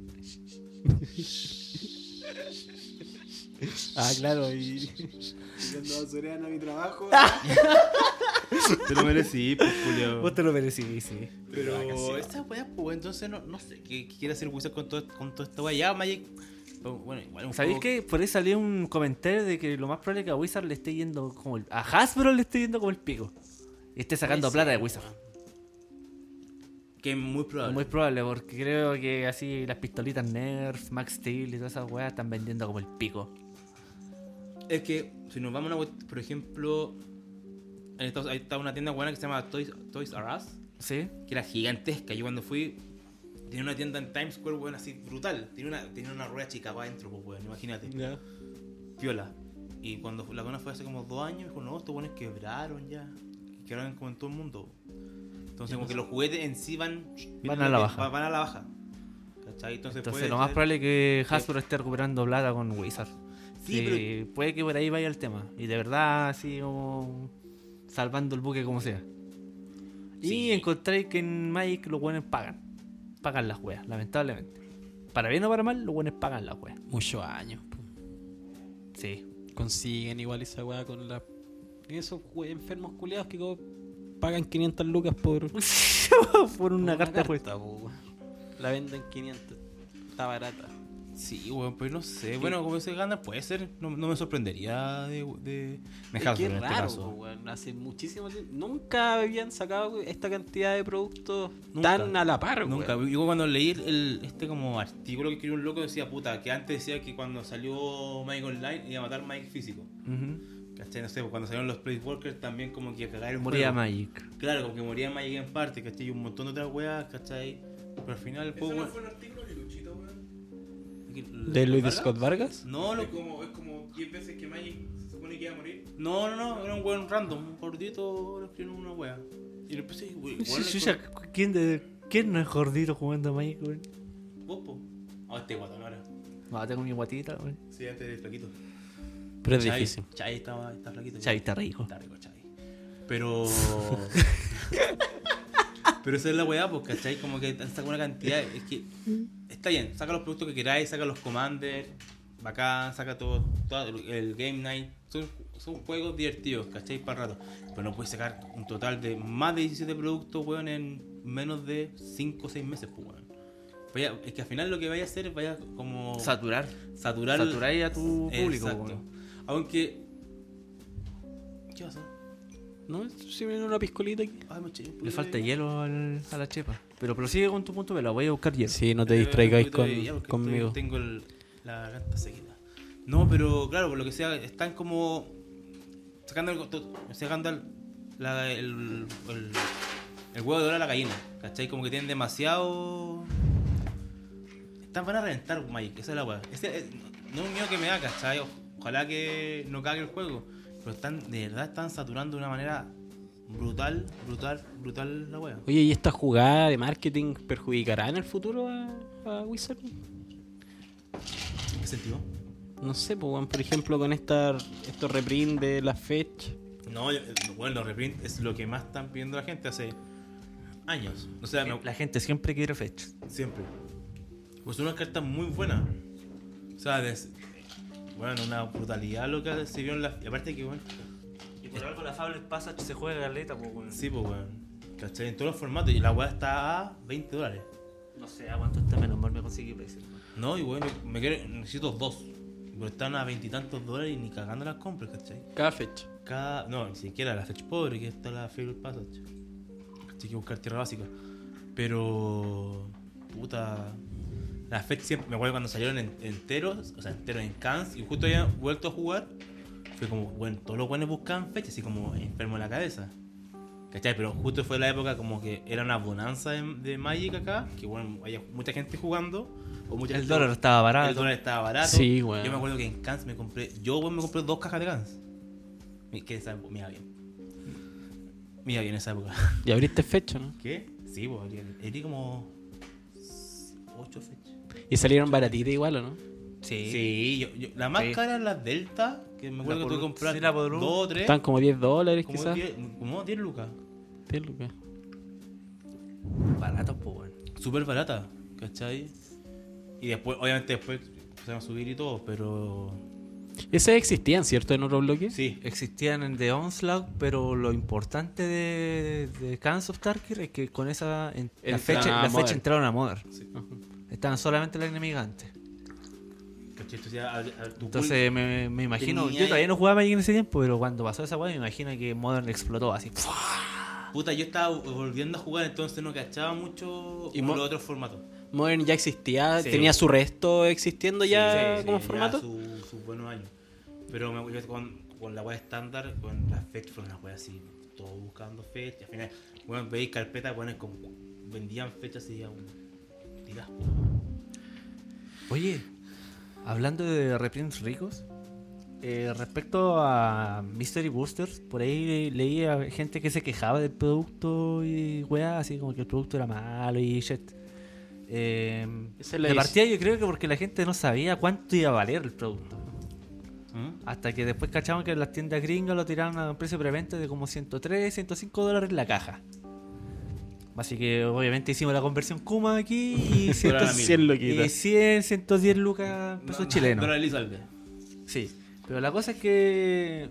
Ah, claro, y... Cuando basurean a mi trabajo... Te lo merecí, pues, Julio. Vos te lo merecís, sí. Pero esta weá, pues, entonces no sé qué quiere hacer Wizard con toda esta weá. Ya, Magic. Bueno, igual un ¿Sabéis juego- qué? Por ahí salió un comentario de que lo más probable es que a Wizard le esté yendo como a Hasbro le esté yendo como el pico. Y esté sacando Puede plata de ser, Wizard. Que es muy probable. Es muy probable porque creo que así las pistolitas Nerf, Max Steel y todas esas weas están vendiendo como el pico. Es que si nos vamos a una web, por ejemplo, ahí está una tienda buena que se llama Toys R Us, ¿Sí? que era gigantesca. Yo cuando fui, tenía una tienda en Times Square, weón, así brutal. Tenía una rueda chica para adentro, pues, weón, imagínate. Ya. Piola. Y cuando la buena fue hace como 2 años, me dijo, no, estos buenos quebraron ya. Quebraron como en todo el mundo. Entonces, como que los juguetes en sí van a la baja. Van a la baja. ¿Cachai? Entonces puede lo más ser- probable es que Hasbro esté recuperando plata con Wizard. Sí, Sí, puede que por ahí vaya el tema. Y de verdad, así como salvando el buque como sea. Y encontré que en Magic los buenos pagan. Pagan las weas, lamentablemente. Para bien o para mal, los buenos pagan las weas. Muchos años. Po. Sí. Consiguen igual esa weá con la... Esos enfermos culiados que pagan 500 lucas por Por una carta de juego. po, weón. La venden 500. Está barata. Sí, weón, pues no sé. Bueno, como se gana, puede ser. No me sorprendería de Es que en es este raro, caso. po, weón. Hace muchísimo tiempo. Nunca habían sacado esta cantidad de productos Nunca. tan a la par, Nunca. weón. Yo cuando leí este como artículo que escribió un loco decía, puta, que antes decía que cuando salió Magic Online iba a matar Magic físico. ¿Cachai? No sé, pues cuando salieron los Planeswalkers también como que iba a cagar el Moría juego. Magic. Claro, como que moría Magic en parte, ¿cachai? Y un montón de otras weas, ¿cachai? Pero al final el ¿Eso juego... no fue un artículo de Luchito, weón? ¿De Luis de Scott Vargas? No, Es como 10 veces que Magic se supone que iba a morir. no, era un weón random, un gordito, le escribió una wea. Y le empecé, weón, ¿Quién no es gordito jugando a Magic, weón? vos, po. Ah, este guatón ahora. No, tengo mi guatita, weón. Sí, antes de flaquito. Pero es Chai, difícil. Chai está flaquito. Chavi está rico. Está rico, Chai. Pero... Pero esa es la weá, pues, ¿cachai? Como que saca una cantidad... Es que... Está bien, saca los productos que queráis, saca los commanders, bacán, saca todo el Game Night. Son juegos divertidos, ¿cachai? Para el rato. Pero no puedes sacar un total de más de 17 productos, weón, en menos de 5 o 6 meses, pues, weón. Es que al final lo que vaya a hacer es vaya como... Saturar Saturar ahí a tu público, Exacto. weón. Aunque... ¿Qué pasó? ¿No? Si viene una piscolita aquí. Ay, me eché un poquito Le falta de- hielo a la chepa. Pero prosigue con tu punto, me la voy a buscar hielo. Sí, no te un distraigáis poquito de hielo, porque conmigo. Tengo la garganta seguida. No, pero claro, por lo que sea, están como sacando el huevo de oro a la gallina, ¿cachai? Como que tienen demasiado... Van a reventar Magic, esa es la weá. No es un miedo que me da, ¿cachai? Ojalá que no cague el juego. Pero de verdad están saturando de una manera brutal la weá. Oye, ¿y esta jugada de marketing perjudicará en el futuro a Wizard? ¿En qué sentido? No sé, pues, weón, por ejemplo, con estos reprint de la Fetch. No, bueno, los reprint es lo que más están pidiendo la gente hace años. O sea, La gente siempre quiere fetch. siempre. Pues son unas cartas muy buenas. O sea, bueno, una brutalidad lo que se vio en la... Y aparte que, bueno... Y por algo la Fable Passage se juega galeta, pues, weón. Sí, pues, bueno. ¿Cachai? En todos los formatos. Y la weá está a $20. No sé a cuánto está, menos mal me conseguí precio. No, y bueno, necesito 2. Pero están a $20 y tantos y ni cagando las compras, ¿cachai? Cada Fetch. No, ni siquiera la Fetch pobre, que está la Fable Passage. Hay que buscar tierra básica. Pero... Puta... La Fetch siempre... Me acuerdo cuando salieron enteros, o sea, enteros en cans, y justo había vuelto a jugar. Fue como, bueno, todos los buenos buscaban Fetch, así como enfermo en la cabeza. ¿Cachai? Pero justo fue la época como que era una bonanza de Magic acá, que bueno, había mucha gente jugando. O mucha El gente- dólar estaba barato. El dólar estaba barato. Sí, weón. Yo me acuerdo que en Cans me compré 2 cajas de Cans. Que esa época, me iba bien. Me iba bien esa época. Y abriste Fetch, ¿no? ¿Qué? Sí, pues, herí como 8 fechas. Y salieron baratitas igual, ¿o no? Sí. Sí, la más Sí. cara era la Delta, que me acuerdo La que tuve que por- comprar sí, la por 2 o 3. Están como $10 Como quizás. 10 lucas. 10 lucas. Barato, pues, weón. Súper barata, ¿cachai? Y después, obviamente después empezaron a subir y todo, pero... Esas existían, ¿cierto? En otro bloque. Sí, Existían en The Onslaught, pero lo importante de Cans of Tarkir es que con esa la Entran fecha, a la fecha Modern. entraron a Modern. sí. Estaban solamente las enemigantes. ¿Cachai? Entonces, tu Entonces me imagino, tenía yo todavía ahí- no jugaba Magic en ese tiempo, pero cuando pasó esa weá me imagino que Modern explotó así. Puta, yo estaba volviendo a jugar, entonces no cachaba mucho Y los otros formatos. Modern ya existía, Sí. tenía su resto existiendo ya sí, como ya formato. sus buenos años. Pero yo con la web estándar, con las fetch, fueron las weas así, todos buscando fetch. Al final, bueno, veis carpetas, bueno, como vendían fechas así a un tirás. Oye, hablando de reprints ricos, respecto a Mystery Boosters, por ahí leí a gente que se quejaba del producto y weá, así como que el producto era malo y shit. Esa es la De dis- partida yo creo que porque la gente no sabía cuánto iba a valer el producto. ¿Mm? Hasta que después cachaban que en las tiendas gringas lo tiraron a un precio preventa de como $103, $105 la caja. Así que obviamente hicimos la conversión Kuma aquí y Pero ahora 100 y loquitas. 100, 110 lucas pesos chilenos. Dólar Elizalde. Sí, pero la cosa es que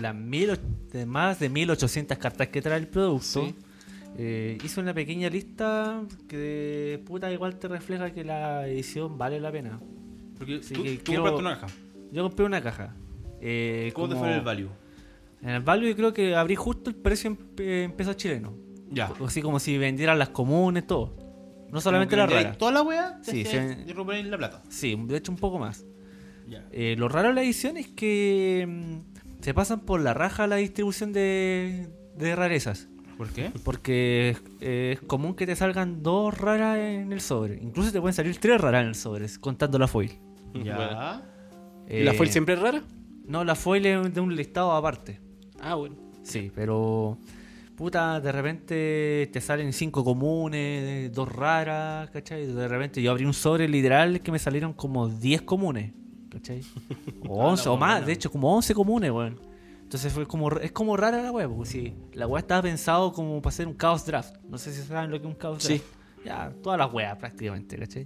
de más de 1800 cartas que trae el producto, Sí. hice una pequeña lista que puta igual te refleja que la edición vale la pena. Porque Sí, tú, que tú quiero- compraste una caja. Yo compré una caja. ¿Cómo te fue en el value? En el value creo que abrí justo el precio en pesos chilenos. Ya. Así como si vendieran las comunes, todo. No solamente la rara. Toda la wea, Sí, sí, se- y recuperáis la plata. Sí, de hecho un poco más. Ya. Lo raro de la edición es que se pasan por la raja la distribución de rarezas. ¿Por qué? Porque es común que te salgan 2 raras en el sobre. Incluso te pueden salir 3 raras en el sobre, contando la foil. Ya. ¿Y la foil siempre es rara? No, la foil es de un listado aparte. Ah, bueno. Sí, pero... Puta, de repente te salen 5 comunes, 2 raras, ¿cachai? De repente yo abrí un sobre literal que me salieron como 10 comunes, ¿cachai? O 11 o más, buena. de hecho, como 11 comunes, weón. Entonces es como rara la weá, porque si la weá estaba pensado como para hacer un Chaos Draft. No sé si saben lo que es un Chaos Sí. Draft. Ya, todas las weas prácticamente, ¿cachai?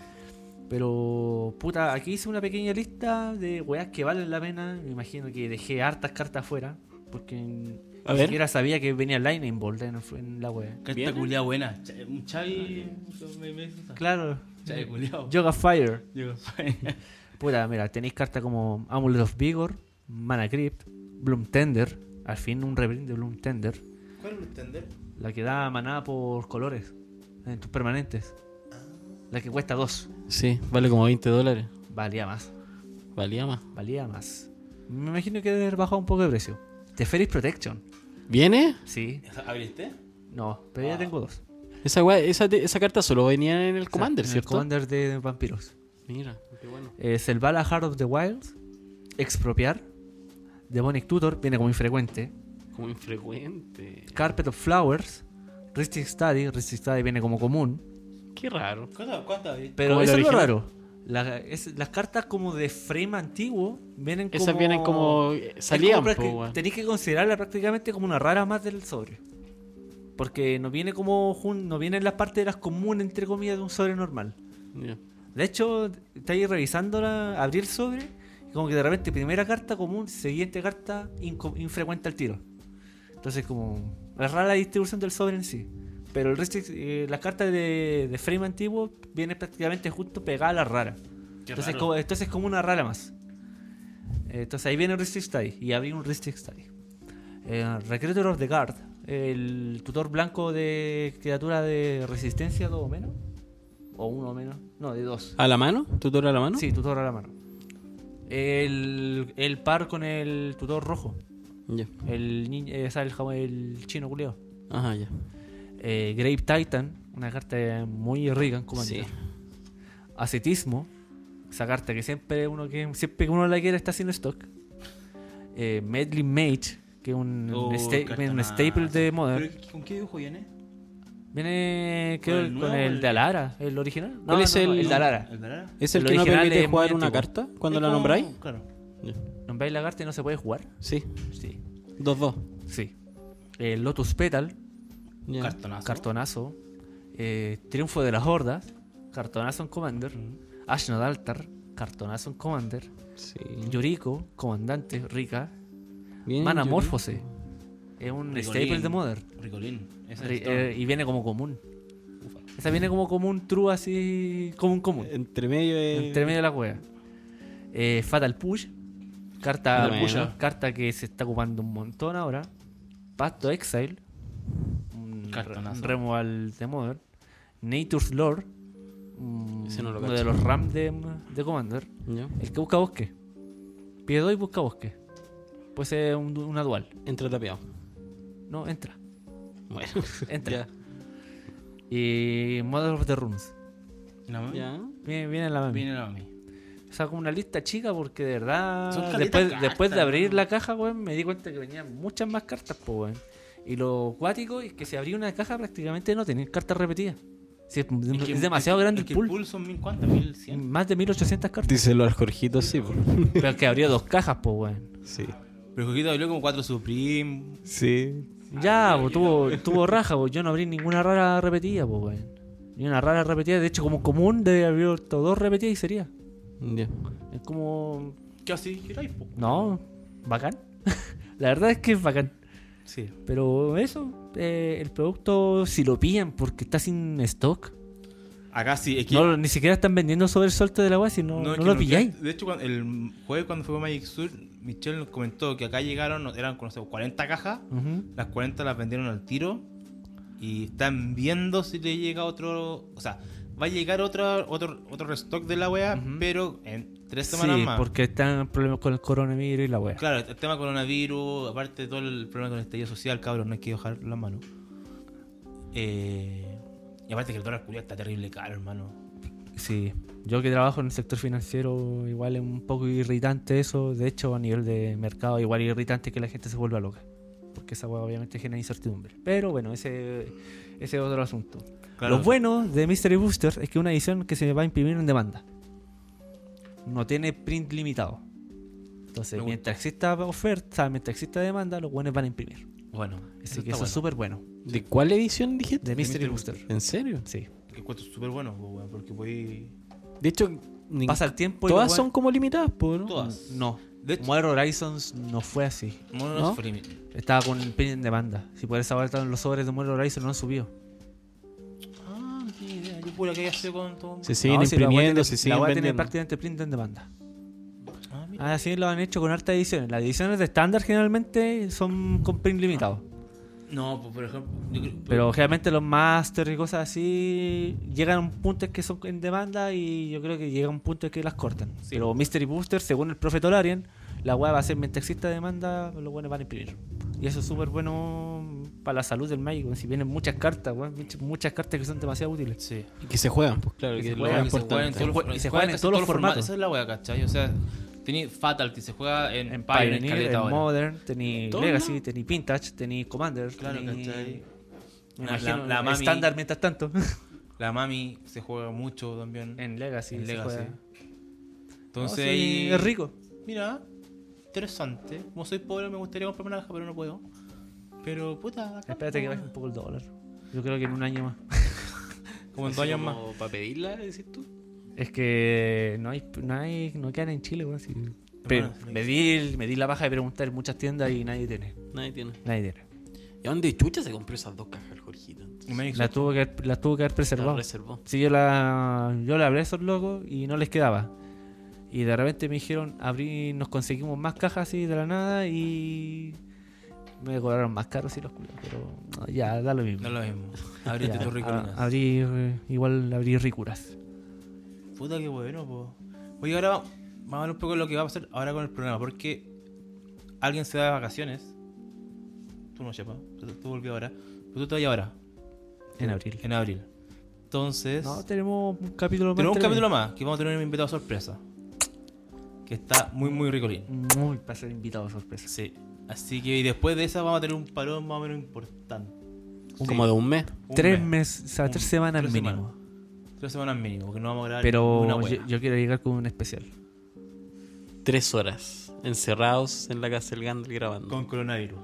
Pero, puta, aquí hice una pequeña lista de weas que valen la pena. Me imagino que dejé hartas cartas afuera, porque A ni ver. siquiera sabía que venía Lightning Bolt en la wea. Carta ¿Viene? culiada buena. Un Chavi. Claro, Chavi culiado. Yoga Fire. Puta, mira, tenéis cartas como Amulet of Vigor, Mana Crypt, Bloom Tender. Al fin un reprint de Bloom Tender. ¿Cuál es el tender? La que da maná por colores en tus permanentes. La que cuesta 2. Sí, vale como $20. Valía más. Valía más. Valía más. Me imagino que debe haber bajado un poco de precio. Teferi's Protection. ¿Viene? Sí. ¿Abriste? No, pero ya tengo 2. Esa carta solo venía en el Commander, En el ¿cierto? Commander de vampiros. Mira, qué bueno. Selvala Heart of the Wilds. Expropiar. Demonic Tutor. Viene como infrecuente. Como infrecuente. Carpet of Flowers. Ristic Study. Ristic Study viene como común. Qué raro. ¿Cuánto abriste? Pero Como el eso es lo original. raro. Las cartas como de frame antiguo vienen como... Esas vienen como... es Salían, como po, weón. tenéis que considerarla prácticamente como una rara más del sobre. Porque no viene como no viene en la parte de las comunes, entre comillas, de un sobre normal. Ya. De hecho, estáis revisándola, abrí el sobre, y como que de repente primera carta común, siguiente carta infrecuente al tiro. Entonces como... Es rara la distribución del sobre en sí. Pero el resto, las cartas de frame antiguo vienen prácticamente justo pegadas a las raras. Entonces es como una rara más. Entonces ahí viene el Ristic Study. Y abrí un Ristic Study. Recruiter of the Guard. El tutor blanco de criatura de resistencia 2 o menos. O 1 o menos. No, de 2. ¿A la mano? ¿Tutor a la mano? Sí, tutor a la mano. El par con el tutor rojo. Ya. El chino culiao. Ajá, ya. Grave Titan. Una carta muy rica en Commander. Sí. Ascetismo. Esa carta que siempre que uno la quiere está haciendo stock. Meddling Mage, que es un staple de Modern. ¿Con qué dibujo viene? Viene ¿Con el con nuevo o el el de Alara, el original. ¿Cuál es el- el de Alara? ¿El de Alara? ¿Es el El que no original permite es jugar muy una antiguo. carta cuando Es la como- nombráis? Claro. Ya. Nombráis la carta y no se puede jugar. Sí. Sí. 2-2. Sí. Lotus Petal, Ya. Cartonazo. cartonazo. Triunfo de las Hordas, cartonazo en Commander. Ashnod Altar, cartonazo en Commander. Sí. Yuriko, comandante, rica. Bien, Manamorphose, es un Ricolín. staple de Modern. Ricolín. Ese Ri- es Storm. y viene como común. Ufa. Esa viene como común, true, así. Común. Entre medio de... Entre medio de la wea. Fatal Push. Carta, Bueno. carta que se está ocupando un montón ahora. Path to Exile. Cartonazo. Un removal de Modern. Nature's Lore. Ese no lo uno cacho. de los RAM de Commander. Ya. El que busca bosque. Pide 2 y busca bosque. Puede ser una dual. Entra tapeado. No, entra. Bueno. Entra. Y Mother of the Runes. ¿La mami? Ya. Viene la mami. Viene la mami. O sea, como una lista chica porque de Son verdad calitas después cartas, de abrir ¿no? la caja, weón, me di cuenta que venían muchas más cartas, pues, weón. Y lo cuático es que si abría una caja prácticamente no tenía cartas repetidas. Sí, es demasiado grande el El pool. pool son 1000, ¿cuántas? 1100. Más de 1800 cartas. Díselo al Jorgito, sí. po. Pero que abrió 2 cajas, pues, weón. Sí. Pero Coquito abrió como 4 Supreme. Sí. Ya, pues tuvo raja, pues yo no abrí ninguna rara repetida, pues, weón. Ni una rara repetida, de hecho, como común, debe haber abierto 2 repetidas y sería. Ya. Es como. ¿Qué así queráis, po? No, bacán. La verdad es que es bacán. Sí. Pero eso, el producto, si lo pillan porque está sin stock, Acá sí, es que... ni siquiera están vendiendo sobre el suelto de la weá, si no, es no que lo pilláis. De hecho, el jueves cuando fue a Magic Sur, Michelle nos comentó que acá llegaron, eran no sé, 40 cajas, Ujú. las 40 las vendieron al tiro y están viendo si le llega otro... O sea, va a llegar otro restock de la wea, Ujú. pero en 3 semanas Sí, más. porque están problemas con el coronavirus y la weá. Claro, el tema coronavirus, aparte de todo el problema con el estallido social, cabrón, no hay que dejar las manos. Y aparte que el dólar culiao está terrible caro, hermano. Sí, yo que trabajo en el sector financiero, igual es un poco irritante eso. De hecho, a nivel de mercado, igual es irritante que la gente se vuelva loca. Porque esa weá obviamente genera incertidumbre. Pero bueno, ese es otro asunto. Claro. Lo bueno de Mystery Booster es que es una edición que se va a imprimir en demanda. No tiene print limitado. Entonces, Me mientras exista oferta, mientras exista demanda, los buenos van a imprimir. Bueno, Así que está eso es súper bueno. ¿De cuál edición dijiste? De Mystery Booster. ¿En serio? Sí. Que encuentro súper bueno, pues, weón, porque voy... De hecho, Pasa el tiempo y todas los son como limitadas, pues, ¿no? Todas. No. De hecho, Modern Horizons no fue así. no, ¿no? fue límite. Estaba con el print en demanda. Si por esa vuelta los sobres de Modern Horizons no han subido. Ah, no tenía idea. Yo pura que haya sido con todo. Se siguen No, si la weá imprimiendo, tiene- se siguen La voy a tener vendiendo. prácticamente print en demanda. Ah, mira. Así lo han hecho con hartas ediciones. Las ediciones de estándar generalmente son con print limitado. No, pues por ejemplo. yo creo- Pero generalmente los Master y cosas así llegan a un punto en que son en demanda y yo creo que llega a un punto en que las cortan. Sí. Pero Mystery Booster, según el Profe Tolarian, la web va a ser mientras exista demanda, los buenos van a imprimir. Y eso es súper bueno para la salud del Magic. Si vienen muchas cartas, weón, muchas cartas que son demasiado útiles. Sí. Y que se juegan, pues claro, Que que se es lo juegan, más Que se juegan en importante. todos los- Y se se juegan juegan en todos los formatos. Esa es la wea, ¿cachai? O sea, tení Fatal, que se juega en Pioneer, Caleta en ahora. Modern, tení Todo, Legacy, ¿no? tení Vintage, tení Commander, Claro, tení... ¿cachai? Me La- imagino, la Mami- estándar mientras tanto. La Mami se juega mucho también. En Legacy. En se Legacy. juega. Entonces No, sí, ahí... es rico. Mira, interesante. Como soy pobre me gustaría comprarme una caja, pero no puedo. Pero puta, acá, Espérate que como- baje un poco el dólar. Yo creo que en un año más. Como en 2 años más. ¿Para pedirla, decís tú? Es que no quedan en Chile, weón. Sí. Hermano, Me di la baja de preguntar en muchas tiendas y nadie tiene. Nadie tiene. Nadie tiene. ¿Y a dónde chucha se compró esas 2 cajas el Jorgito? Y Magic Las tuvo que haber La preservado. reservó. Sí, yo le hablé a esos locos y no les quedaba. Y de repente me dijeron, nos conseguimos más cajas así de la nada y me cobraron más caros y los culos. Pero no, ya, da lo mismo. No es lo mismo. Abriste Ya, tu ricolina. igual abrí ricuras. Puta que bueno, po. Oye, ahora vamos a ver un poco lo que va a pasar ahora con el programa. Porque alguien se da de vacaciones. Tú no sepas. Tú volví ahora. Pero tú te vas ahora. En abril. En abril. Entonces... No, tenemos un capítulo más. tenemos un entretenido. capítulo más. Que vamos a tener un invitado sorpresa. Que está muy, muy ricolín. Muy para ser invitado sorpresa. Sí. Así que y después de esa vamos a tener un parón más o menos importante. Como de un mes. Un 3 mes. meses, o sea, 3 semanas 3 mínimo. semanas. 3 semanas mínimo, porque no vamos a grabar Pero una wea. yo quiero llegar con un especial. 3 horas encerrados en la casa del Gandalf grabando. Con coronavirus.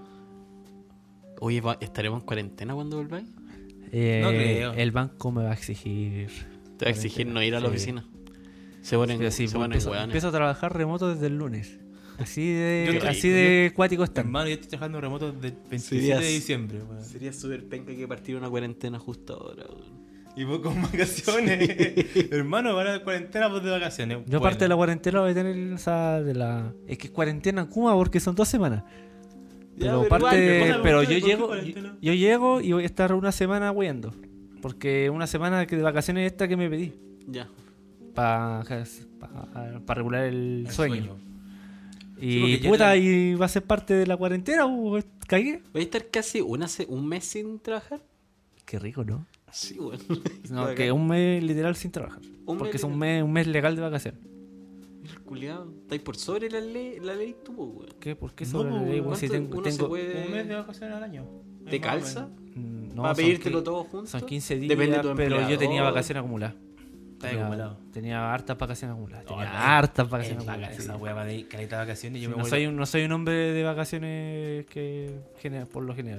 Oye, ¿estaremos en cuarentena cuando volváis? No creo. El banco me va a exigir. Te va a exigir no ir a la Sí. oficina. Se ponen, Sí, se ponen hueones. empiezo a trabajar remoto desde el lunes. Así Yo de, creo- así de cuático están. Hermano, yo estoy trabajando remoto desde el 27 Serías- de diciembre. weón. Sería súper penca que partir una cuarentena justo ahora. weón. Y vos con vacaciones. Hermano, van a cuarentena pues de vacaciones. Yo parte de la cuarentena voy a tener, o sea, es que es cuarentena en Cuba porque son 2 semanas. Ya, Pero pero parte, igual, pero ¿por yo qué llego, cuarentena? yo llego y voy a estar una semana huyendo. Porque una semana de vacaciones esta que me pedí. Ya. Para regular el sueño. Sí, Y porque ya puta, te- y va a ser parte de la cuarentena, cagué. ¿Vais a estar casi un mes sin trabajar? Qué rico, ¿no? Sí, bueno. No, que un mes literal sin trabajar. Un Porque mes es un mes legal de vacaciones. El culiado. ¿Estáis por sobre la ley tú, po, weón? ¿Qué? ¿Por qué No, sobre la pues, ley, weón? Si ¿Cuánto tengo, uno se puede- Un mes de vacaciones al año. ¿Te Es más o calza? menos. No, ¿Para son pedírtelo qui- todo junto? Son 15 días, Depende de tu pero yo tenía empleador. vacaciones acumuladas. Está acumulado. Tenía hartas vacaciones acumuladas. No, Tenía no, hartas vacaciones Es acumuladas. esa sí. wea va de caleta de vacaciones y yo Sí, me no, vuelvo... no soy un hombre de vacaciones por lo general.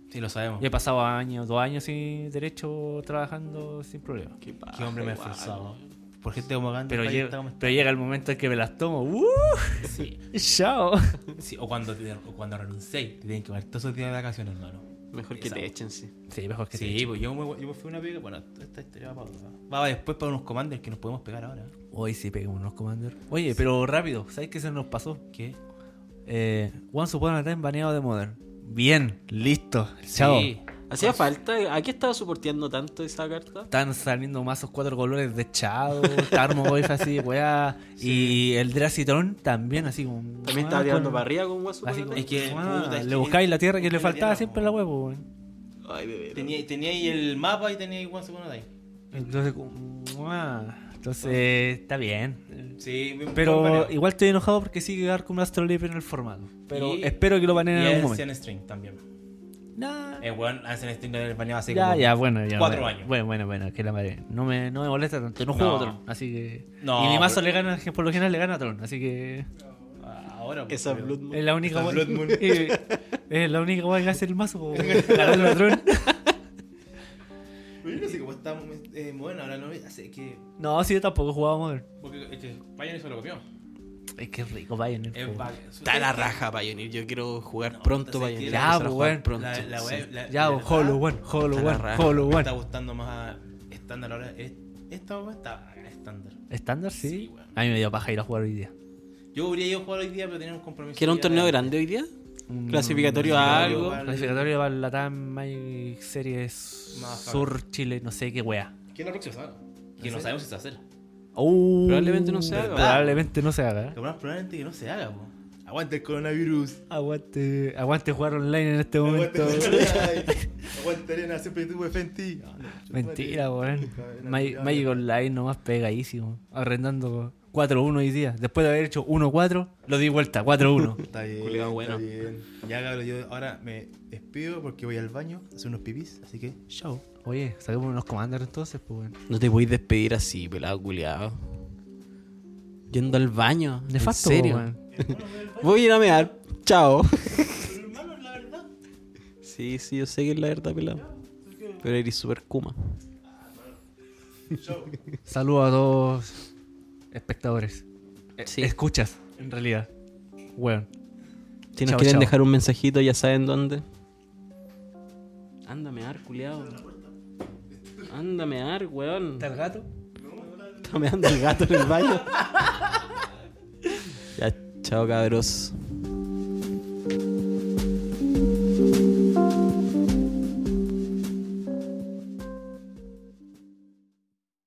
Sí, lo sabemos. Yo he pasado años, 2 años sin derecho trabajando sin problema. Qué Qué hombre me ha igual, esforzado. Por gente como Gandhi. Pero, está llega, como pero llega el momento en que me las tomo. Sí. ¡Chao! Sí, o cuando renuncié, te tienen que tomar todos esos días de vacaciones, hermano. Mejor que Esa. te echen, sí. Sí, mejor que Sí, pues yo me fui a una pega. Bueno, esta historia va para otra. Va después para unos commanders que nos podemos pegar ahora. Hoy sí peguemos unos commanders. Oye, pero rápido, ¿sabes qué se nos pasó? ¿Qué? Once Upon a Time baneado de Modern. Bien, listo. Chao. Sí. ¿Hacía falta? ¿A qué estaba soporteando tanto esa carta? Están saliendo mazos 4 colores de Shadow, Tarmogoyf así, weá. Y el Dracitron también, así como. También estaba tirando para arriba con Guasu. Así como, Es que, puta, es le que- buscáis la tierra que le buscáis la faltaba tierra, siempre en la huevo, weón. Ay, bebé. Tenía ahí el mapa y tenía ahí Once Upon a Time. Entonces, entonces está bien. Sí, bien Pero baneado. igual estoy enojado porque sigue Arkham Astrolabe en el formato. Pero Y- espero que lo baneen Y en algún Ancient momento. String también. Nah. Bueno, Ancient String lo baneado hace Ya, como ya, bueno, ya. 4 bueno. años. Bueno, que la madre. No me molesta tanto. No No. juego Tron, así que. No, y mi mazo pero- le gana, por lo general le gana a Tron, así que. Ahora, pues, Esa pero- Blood Moon. Es la única Esa wea- Blood Moon. Es la única wea que hace el mazo, po, ganarle a Tron. Pero yo no sé cómo está bueno, ahora no hace que. No, sí, yo tampoco jugaba Modern. Porque es que Pioneer se lo copió. Es que es rico, Pioneer. Es po. Está la raja, Pioneer. Yo quiero jugar No, pronto, entonces Pioneer. ya, Empezar a pues, jugar weón. pronto. La sí. web, la- Ya, de Hollow verdad, One, Hollow Está la One, raja. Hollow me está One. gustando más estándar ahora. Esta web está estándar. ¿Estándar? Sí. Sí, weón. A mí me dio paja ir a jugar hoy día. Yo habría ido a jugar hoy día, pero tenía un compromiso. ¿Que era un ya torneo de- grande hoy día? Un- Clasificatorio a algo. Clasificatorio para la TAM Magic Series Más Sur Chile, no sé qué wea. ¿Quién es la próxima semana? Que no sabemos si se va a hacer. Probablemente no se haga. Probablemente no se haga. Lo más probablemente que no se haga, po. Aguanta el coronavirus. Aguante jugar online en este momento. Aguanta Arena, siempre tuve Fenty. Mentira, weón. Magic Online nomás pegadísimo. Arrendando 4-1 hoy día. Después de haber hecho 1-4, lo di vuelta, 4-1. Está bien, Culeado bueno. está bien. Ya, cabrón, yo ahora me despido porque voy al baño a hacer unos pipis, así que chao. Oye, saquemos unos commanders entonces, pues weón. No te podéis despedir así, pelado culiado. Yendo al baño. Nefasto, ¿En serio? weón. Voy a ir a mear. Chao. Sí, yo sé que es la verdad, pelado. Pero eres super kuma. Saludos a todos espectadores. Sí. Escuchas, en realidad. Weón. Si nos Chao, quieren chao. dejar un mensajito, ya saben dónde. Anda a mear, culiado. Anda a mear, weón. ¿Está el gato? Está meando el gato en el baño. Ya, chao, cabros.